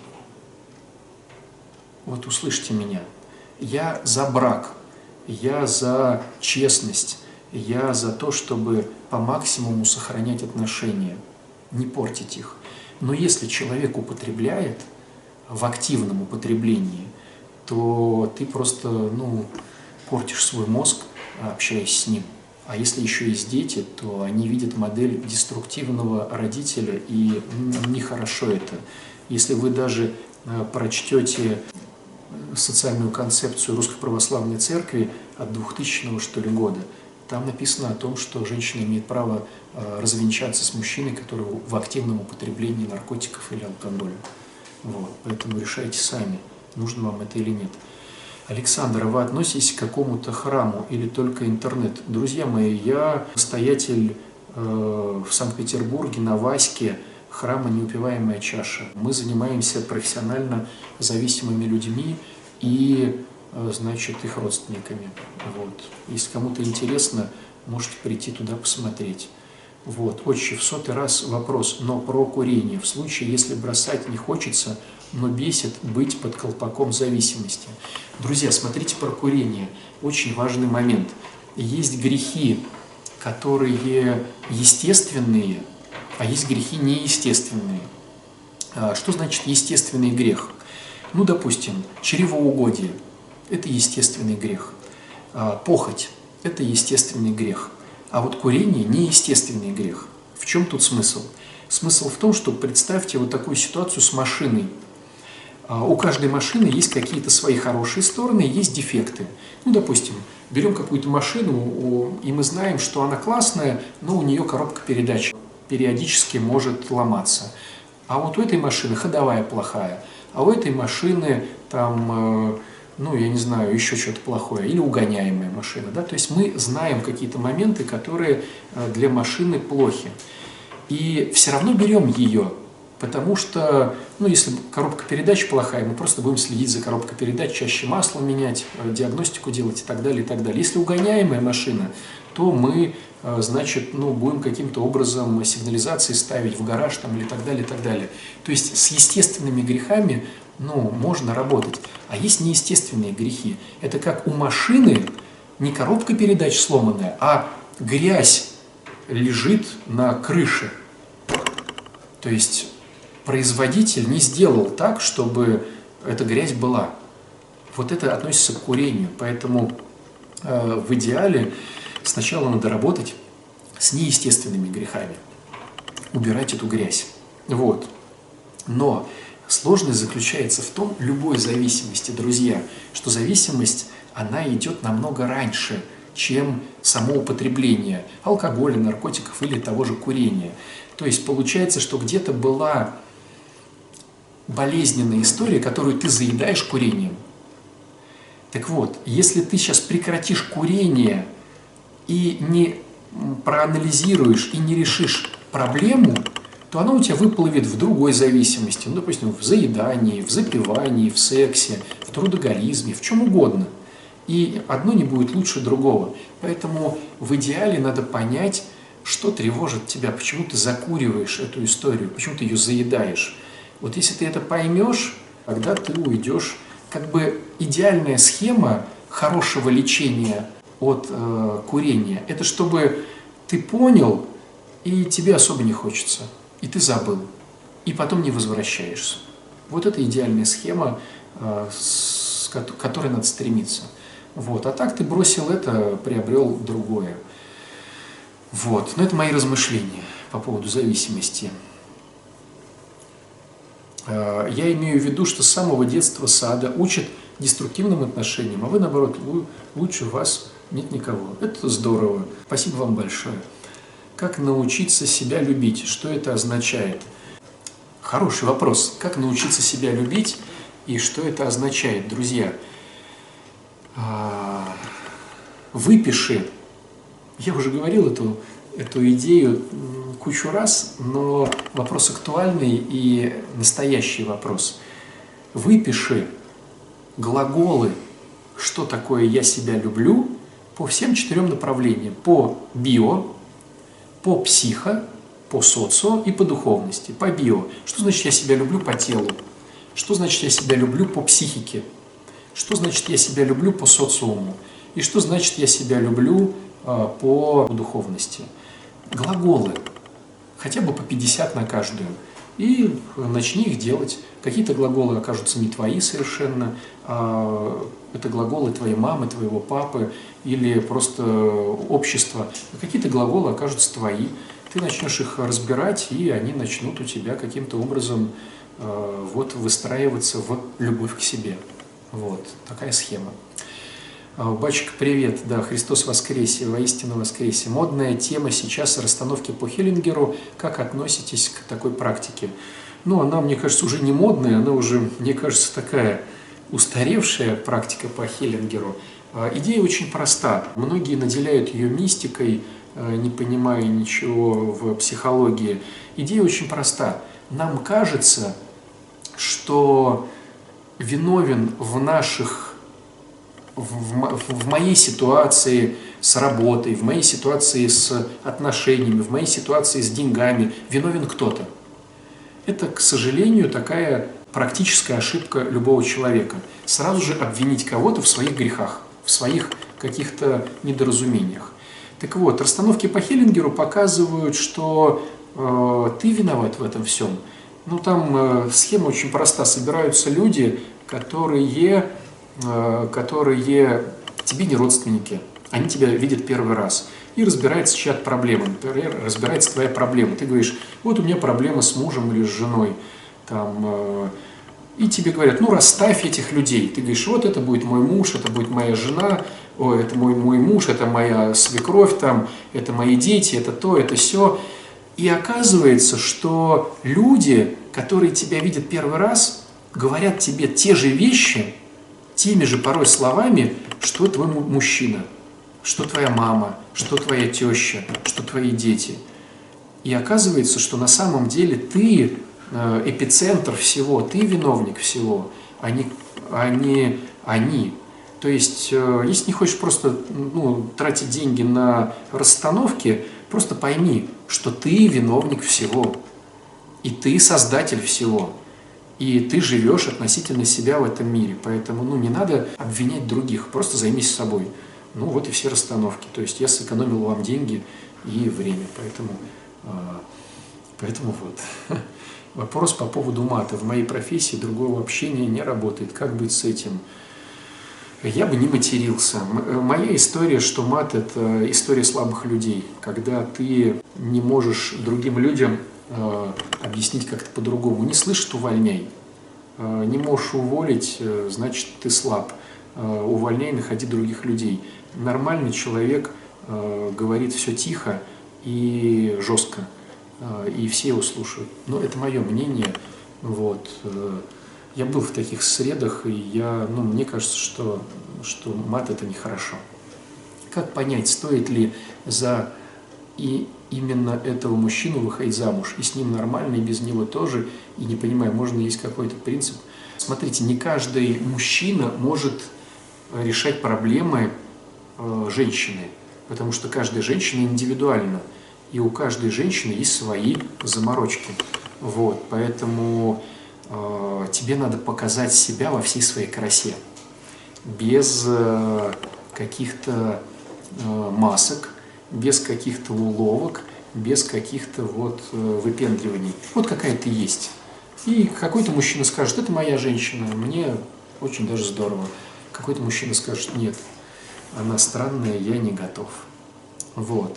Услышьте меня. Я за брак, я за честность, я за то, чтобы по максимуму сохранять отношения, не портить их. Но если человек употребляет в активном употреблении, то ты просто портишь свой мозг, общаясь с ним. А если еще есть дети, то они видят модель деструктивного родителя, и нехорошо это. Если вы даже прочтете социальную концепцию Русской Православной Церкви от 2000 что ли, года. Там написано о том, что женщина имеет право развенчаться с мужчиной, который в активном употреблении наркотиков или алкоголя. Вот. Поэтому решайте сами, нужно вам это или нет. Александр, вы относитесь к какому-то храму или только интернет? Друзья мои, я настоятель в Санкт-Петербурге на Ваське храма «Неупиваемая чаша». Мы занимаемся профессионально зависимыми людьми и, значит, их родственниками. Вот. Если кому-то интересно, можете прийти туда посмотреть. Вот. Отче, в 100-й раз вопрос, но про курение. В случае, если бросать не хочется, но бесит быть под колпаком зависимости. Друзья, смотрите про курение. Очень важный момент. Есть грехи, которые естественные, а есть грехи неестественные. Что значит естественный грех? Ну, допустим, чревоугодие – это естественный грех. Похоть – это естественный грех. А вот курение – неестественный грех. В чем тут смысл? Смысл в том, что представьте вот такую ситуацию с машиной. У каждой машины есть какие-то свои хорошие стороны, есть дефекты. Ну, допустим, берем какую-то машину, и мы знаем, что она классная, но у нее коробка передач периодически может ломаться. А вот у этой машины ходовая плохая, а у этой машины там, ну, я не знаю, еще что-то плохое, или угоняемая машина. Да? То есть мы знаем какие-то моменты, которые для машины плохи. И все равно берем ее. Потому что, ну, если коробка передач плохая, мы просто будем следить за коробкой передач, чаще масло менять, диагностику делать и так далее, и так далее. Если угоняемая машина, то мы, значит, ну, будем каким-то образом сигнализации ставить в гараж там, или так далее, и так далее. То есть с естественными грехами, ну, можно работать. А есть неестественные грехи. Это как у машины не коробка передач сломанная, а грязь лежит на крыше. То есть производитель не сделал так, чтобы эта грязь была. Вот это относится к курению. Поэтому в идеале сначала надо работать с неестественными грехами. Убирать эту грязь. Вот. Но сложность заключается в том, любой зависимости, друзья, что зависимость, она идет намного раньше, чем само употребление алкоголя, наркотиков или того же курения. То есть получается, что где-то была болезненная история, которую ты заедаешь курением. Так вот, если ты сейчас прекратишь курение и не проанализируешь и не решишь проблему, то она у тебя выплывет в другой зависимости. Ну, допустим, в заедании, в запивании, в сексе, в трудоголизме, в чем угодно. И одно не будет лучше другого. Поэтому в идеале надо понять, что тревожит тебя, почему ты закуриваешь эту историю, почему ты ее заедаешь. Вот если ты это поймешь, тогда ты уйдешь. Как бы идеальная схема хорошего лечения от курения – это чтобы ты понял, и тебе особо не хочется, и ты забыл, и потом не возвращаешься. Вот это идеальная схема, к которой надо стремиться. Вот. А так ты бросил это, приобрел другое. Вот. Но это мои размышления по поводу зависимости. Я имею в виду, что с самого детства сада учат деструктивным отношениям, а вы, наоборот, лучше вас нет никого. Это здорово. Спасибо вам большое. Как научиться себя любить? Что это означает? Хороший вопрос. Как научиться себя любить и что это означает, друзья? Выпиши. Я уже говорил эту идею кучу раз, но вопрос актуальный и настоящий вопрос. Выпиши глаголы, что такое «я себя люблю» по всем 4 направлениям. По био, по психо, по социо и по духовности. По био. Что значит «я себя люблю» по телу? Что значит «я себя люблю» по психике? Что значит «я себя люблю» по социуму? И что значит «я себя люблю» по духовности? Глаголы. Хотя бы по 50 на каждую. И начни их делать. Какие-то глаголы окажутся не твои совершенно, это глаголы твоей мамы, твоего папы или просто общества. А какие-то глаголы окажутся твои. Ты начнешь их разбирать, и они начнут у тебя каким-то образом вот выстраиваться в любовь к себе. Вот такая схема. Батюшка, привет, да, Христос воскресе, воистину воскресе. Модная тема сейчас расстановки по Хеллингеру. Как относитесь к такой практике? Ну, она, мне кажется, уже не модная, она уже, мне кажется, такая устаревшая практика по Хеллингеру. Идея очень проста. Многие наделяют ее мистикой, не понимая ничего в психологии. Идея очень проста. Нам кажется, что виновен в моей ситуации с работой, в моей ситуации с отношениями, в моей ситуации с деньгами виновен кто-то. Это, к сожалению, такая практическая ошибка любого человека. Сразу же обвинить кого-то в своих грехах, в своих каких-то недоразумениях. Так вот, расстановки по Хеллингеру показывают, что ты виноват в этом всем. Ну, там схема очень проста. Собираются люди, которые тебе не родственники, они тебя видят первый раз. И разбирается чья-то проблема. Например, разбирается твоя проблема. Ты говоришь, вот у меня проблема с мужем или с женой. И тебе говорят, ну расставь этих людей. Ты говоришь, вот это будет мой муж, это будет моя жена, это мой муж, это моя свекровь, это мои дети, это то, это сё. И оказывается, что люди, которые тебя видят первый раз, говорят тебе те же вещи, теми же порой словами, что твой мужчина, что твоя мама, что твоя теща, что твои дети. И оказывается, что на самом деле ты эпицентр всего, ты виновник всего, а не они. То есть, если не хочешь просто тратить деньги на расстановки, просто пойми, что ты виновник всего, и ты создатель всего. И ты живешь относительно себя в этом мире. Поэтому не надо обвинять других, просто займись собой. Ну вот и все расстановки. То есть я сэкономил вам деньги и время. Поэтому вот. Вопрос по поводу мата. В моей профессии другого общения не работает. Как быть с этим? Я бы не матерился. Моя история, что мат – это история слабых людей. Когда ты не можешь другим людям объяснить как-то по-другому. Не слышит – увольняй. Не можешь уволить – значит, ты слаб. Увольняй, находи других людей. Нормальный человек говорит все тихо и жестко, и все его слушают. Но это мое мнение. Вот. Я был в таких средах, и мне кажется, что мат – это нехорошо. Как понять, стоит ли именно этого мужчину выходить замуж, и с ним нормально, и без него тоже, и не понимаю, можно есть какой-то принцип. Смотрите, не каждый мужчина может решать проблемы женщины, потому что каждая женщина индивидуальна, и у каждой женщины есть свои заморочки. Вот, поэтому тебе надо показать себя во всей своей красе, без каких-то масок, без каких-то уловок, без каких-то выпендриваний. Вот какая ты есть. И какой-то мужчина скажет, это моя женщина, мне очень даже здорово. Какой-то мужчина скажет, нет, она странная, я не готов. Вот.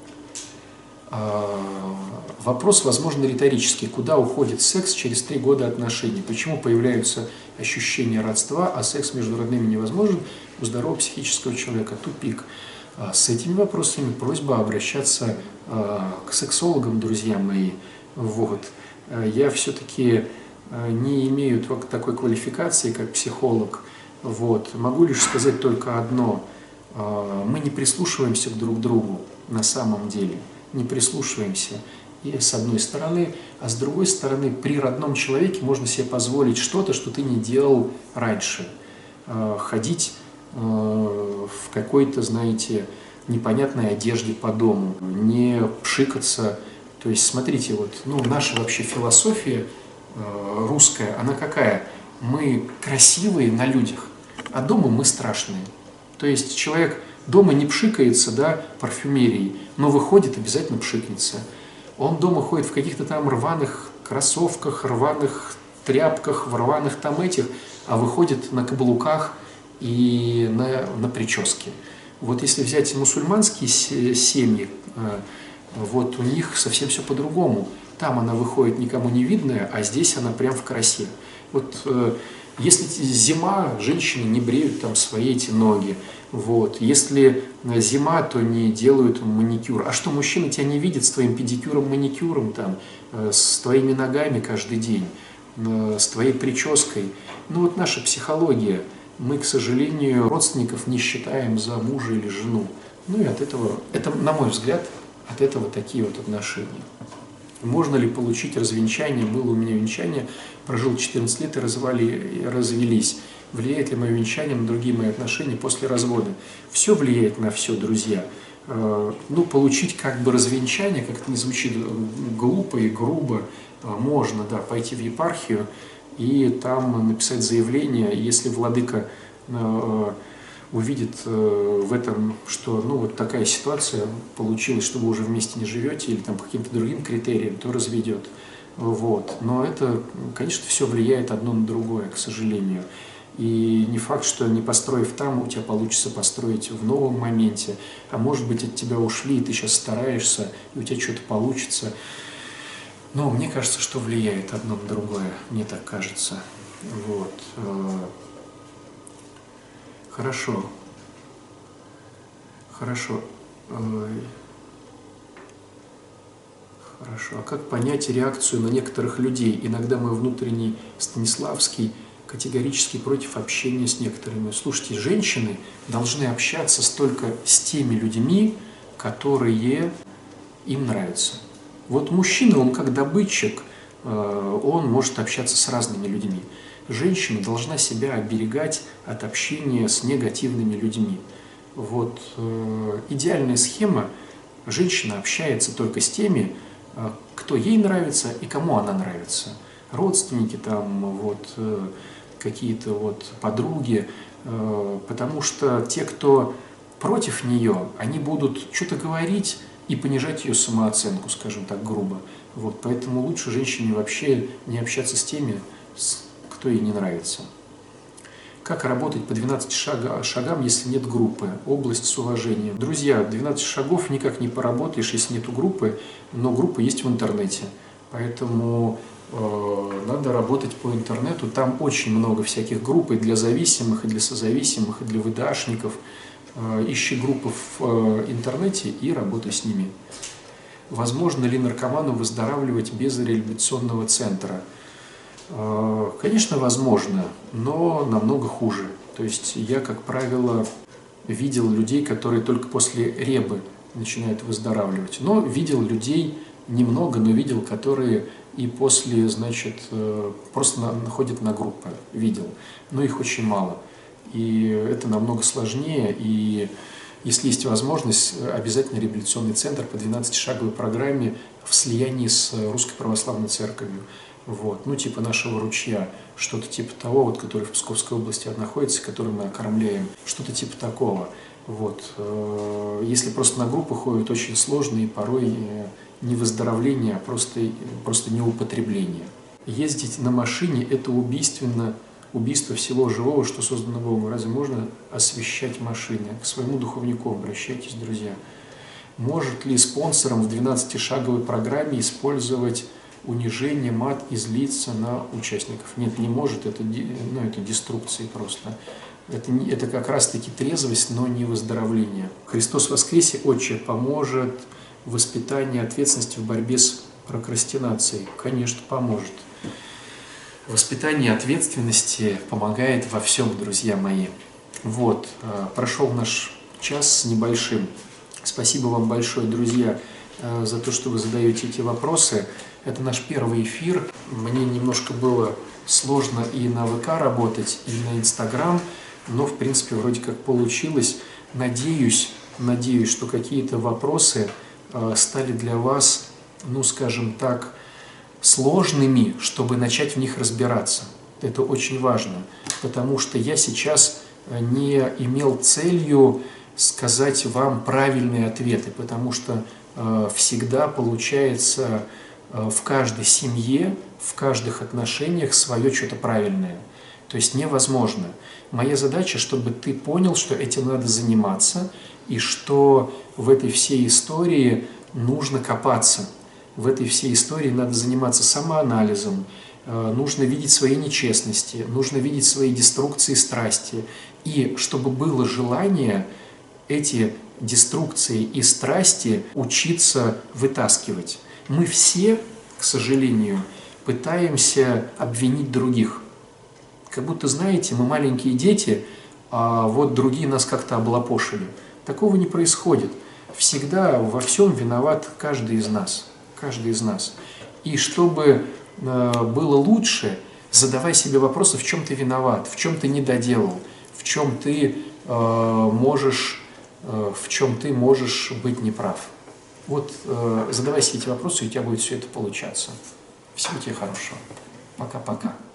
Вопрос, возможно, риторический. Куда уходит секс через 3 года отношений? Почему появляются ощущения родства, а секс между родными невозможен у здорового психического человека? Тупик. С этими вопросами просьба обращаться к сексологам, друзья мои. Вот. Я все-таки не имею такой квалификации, как психолог. Вот. Могу лишь сказать только одно. Мы не прислушиваемся друг к другу на самом деле. Не прислушиваемся. И с одной стороны, а с другой стороны, при родном человеке можно себе позволить что-то, что ты не делал раньше. Ходить в какой-то, знаете, непонятной одежде по дому, не пшикаться. То есть, смотрите, наша вообще философия русская, она какая? Мы красивые на людях, а дома мы страшные. То есть, человек дома не пшикается, парфюмерией, но выходит, обязательно пшикнется. Он дома ходит в каких-то там рваных кроссовках, рваных тряпках, в рваных а выходит на каблуках и на прическе. Вот если взять мусульманские семьи, у них совсем все по-другому. там она выходит никому не видная, а здесь она прям в красе. Вот если зима, женщины не бреют там свои эти ноги. Вот. Если зима, то не делают маникюр. А что, мужчина тебя не видит с твоим педикюром, маникюром, там, с твоими ногами каждый день, с твоей прической? Ну вот наша психология. Мы, к сожалению, родственников не считаем за мужа или жену. Ну и от этого, это, на мой взгляд, от этого такие вот отношения. Можно ли получить развенчание? Было у меня венчание, прожил 14 лет и развелись. Влияет ли мое венчание на другие мои отношения после развода? Все влияет на все, друзья. Ну, получить как бы развенчание, как это не звучит глупо и грубо, можно, да, пойти в епархию и там написать заявление, если владыка увидит в этом, что ну вот такая ситуация получилась, что вы уже вместе не живете или там по каким-то другим критериям, то разведет. Вот. Но это, конечно, все влияет одно на другое, к сожалению. И не факт, что не построив там, у тебя получится построить в новом моменте. А может быть, от тебя ушли, и ты сейчас стараешься, и у тебя что-то получится. Но мне кажется, что влияет одно на другое. Мне так кажется. Вот. Хорошо. Хорошо. Хорошо. А как понять реакцию на некоторых людей? Иногда мой внутренний Станиславский категорически против общения с некоторыми. Слушайте, женщины должны общаться только с теми людьми, которые им нравятся. Вот мужчина, он как добытчик, он может общаться с разными людьми. Женщина должна себя оберегать от общения с негативными людьми. Вот идеальная схема: женщина общается только с теми, кто ей нравится и кому она нравится. Родственники, там, вот, какие-то вот подруги, потому что те, кто против нее, они будут что-то говорить и понижать ее самооценку, скажем так, грубо. Вот, поэтому лучше женщине вообще не общаться с теми, кто ей не нравится. Как работать по 12 шагам, если нет группы? Область с уважением. Друзья, 12 шагов никак не поработаешь, если нет группы, но группа есть в интернете. Поэтому надо работать по интернету. Там очень много всяких групп и для зависимых, и для созависимых, и для ВДАшников. Ищи группы в интернете и работай с ними. Возможно ли наркоману выздоравливать без реабилитационного центра? Конечно, возможно, но намного хуже. То есть я, как правило, видел людей, которые только после ребы начинают выздоравливать. Но видел людей немного, но видел, которые и после, значит, просто ходят на группы. Видел. Но их очень мало. И это намного сложнее. И если есть возможность, обязательно реабилитационный центр по 12-шаговой программе в слиянии с Русской Православной Церковью. Вот. Ну, типа нашего ручья, что-то типа того, вот, который в Псковской области находится, который мы окормляем, что-то типа такого. Вот. Если просто на группы ходят, очень сложно и порой не выздоровление, а просто неупотребление. Ездить на машине – это убийство всего живого, что создано Богом. Разве можно освящать машины? К своему духовнику обращайтесь, друзья. Может ли спонсором в 12-шаговой программе использовать унижение, мат и злиться на участников? Нет, не может, это деструкция просто. Это как раз-таки трезвость, но не выздоровление. Христос воскресе, Отче, поможет воспитание ответственности в борьбе с прокрастинацией? Конечно, поможет. Воспитание ответственности помогает во всем, друзья мои. Вот, прошел наш час с небольшим. Спасибо вам большое, друзья, за то, что вы задаете эти вопросы. Это наш первый эфир. Мне немножко было сложно и на ВК работать, и на Инстаграм, но, в принципе, вроде как получилось. Надеюсь, что какие-то вопросы стали для вас, ну, скажем так, сложными, чтобы начать в них разбираться. Это очень важно, потому что я сейчас не имел целью сказать вам правильные ответы, потому что всегда получается в каждой семье, в каждых отношениях свое что-то правильное. То есть невозможно. Моя задача, чтобы ты понял, что этим надо заниматься, и что в этой всей истории нужно копаться. в этой всей истории надо заниматься самоанализом, нужно видеть свои нечестности, нужно видеть свои деструкции, страсти. И чтобы было желание эти деструкции и страсти учиться вытаскивать. Мы все, к сожалению, пытаемся обвинить других. Как будто, знаете, мы маленькие дети, а вот другие нас как-то облапошили. Такого не происходит. Всегда во всем виноват каждый из нас. Каждый из нас. И чтобы было лучше, задавай себе вопросы, в чем ты виноват, в чем ты не доделал, в чем ты можешь быть неправ. Вот задавай себе эти вопросы, и у тебя будет все это получаться. Всего тебе хорошего. Пока-пока.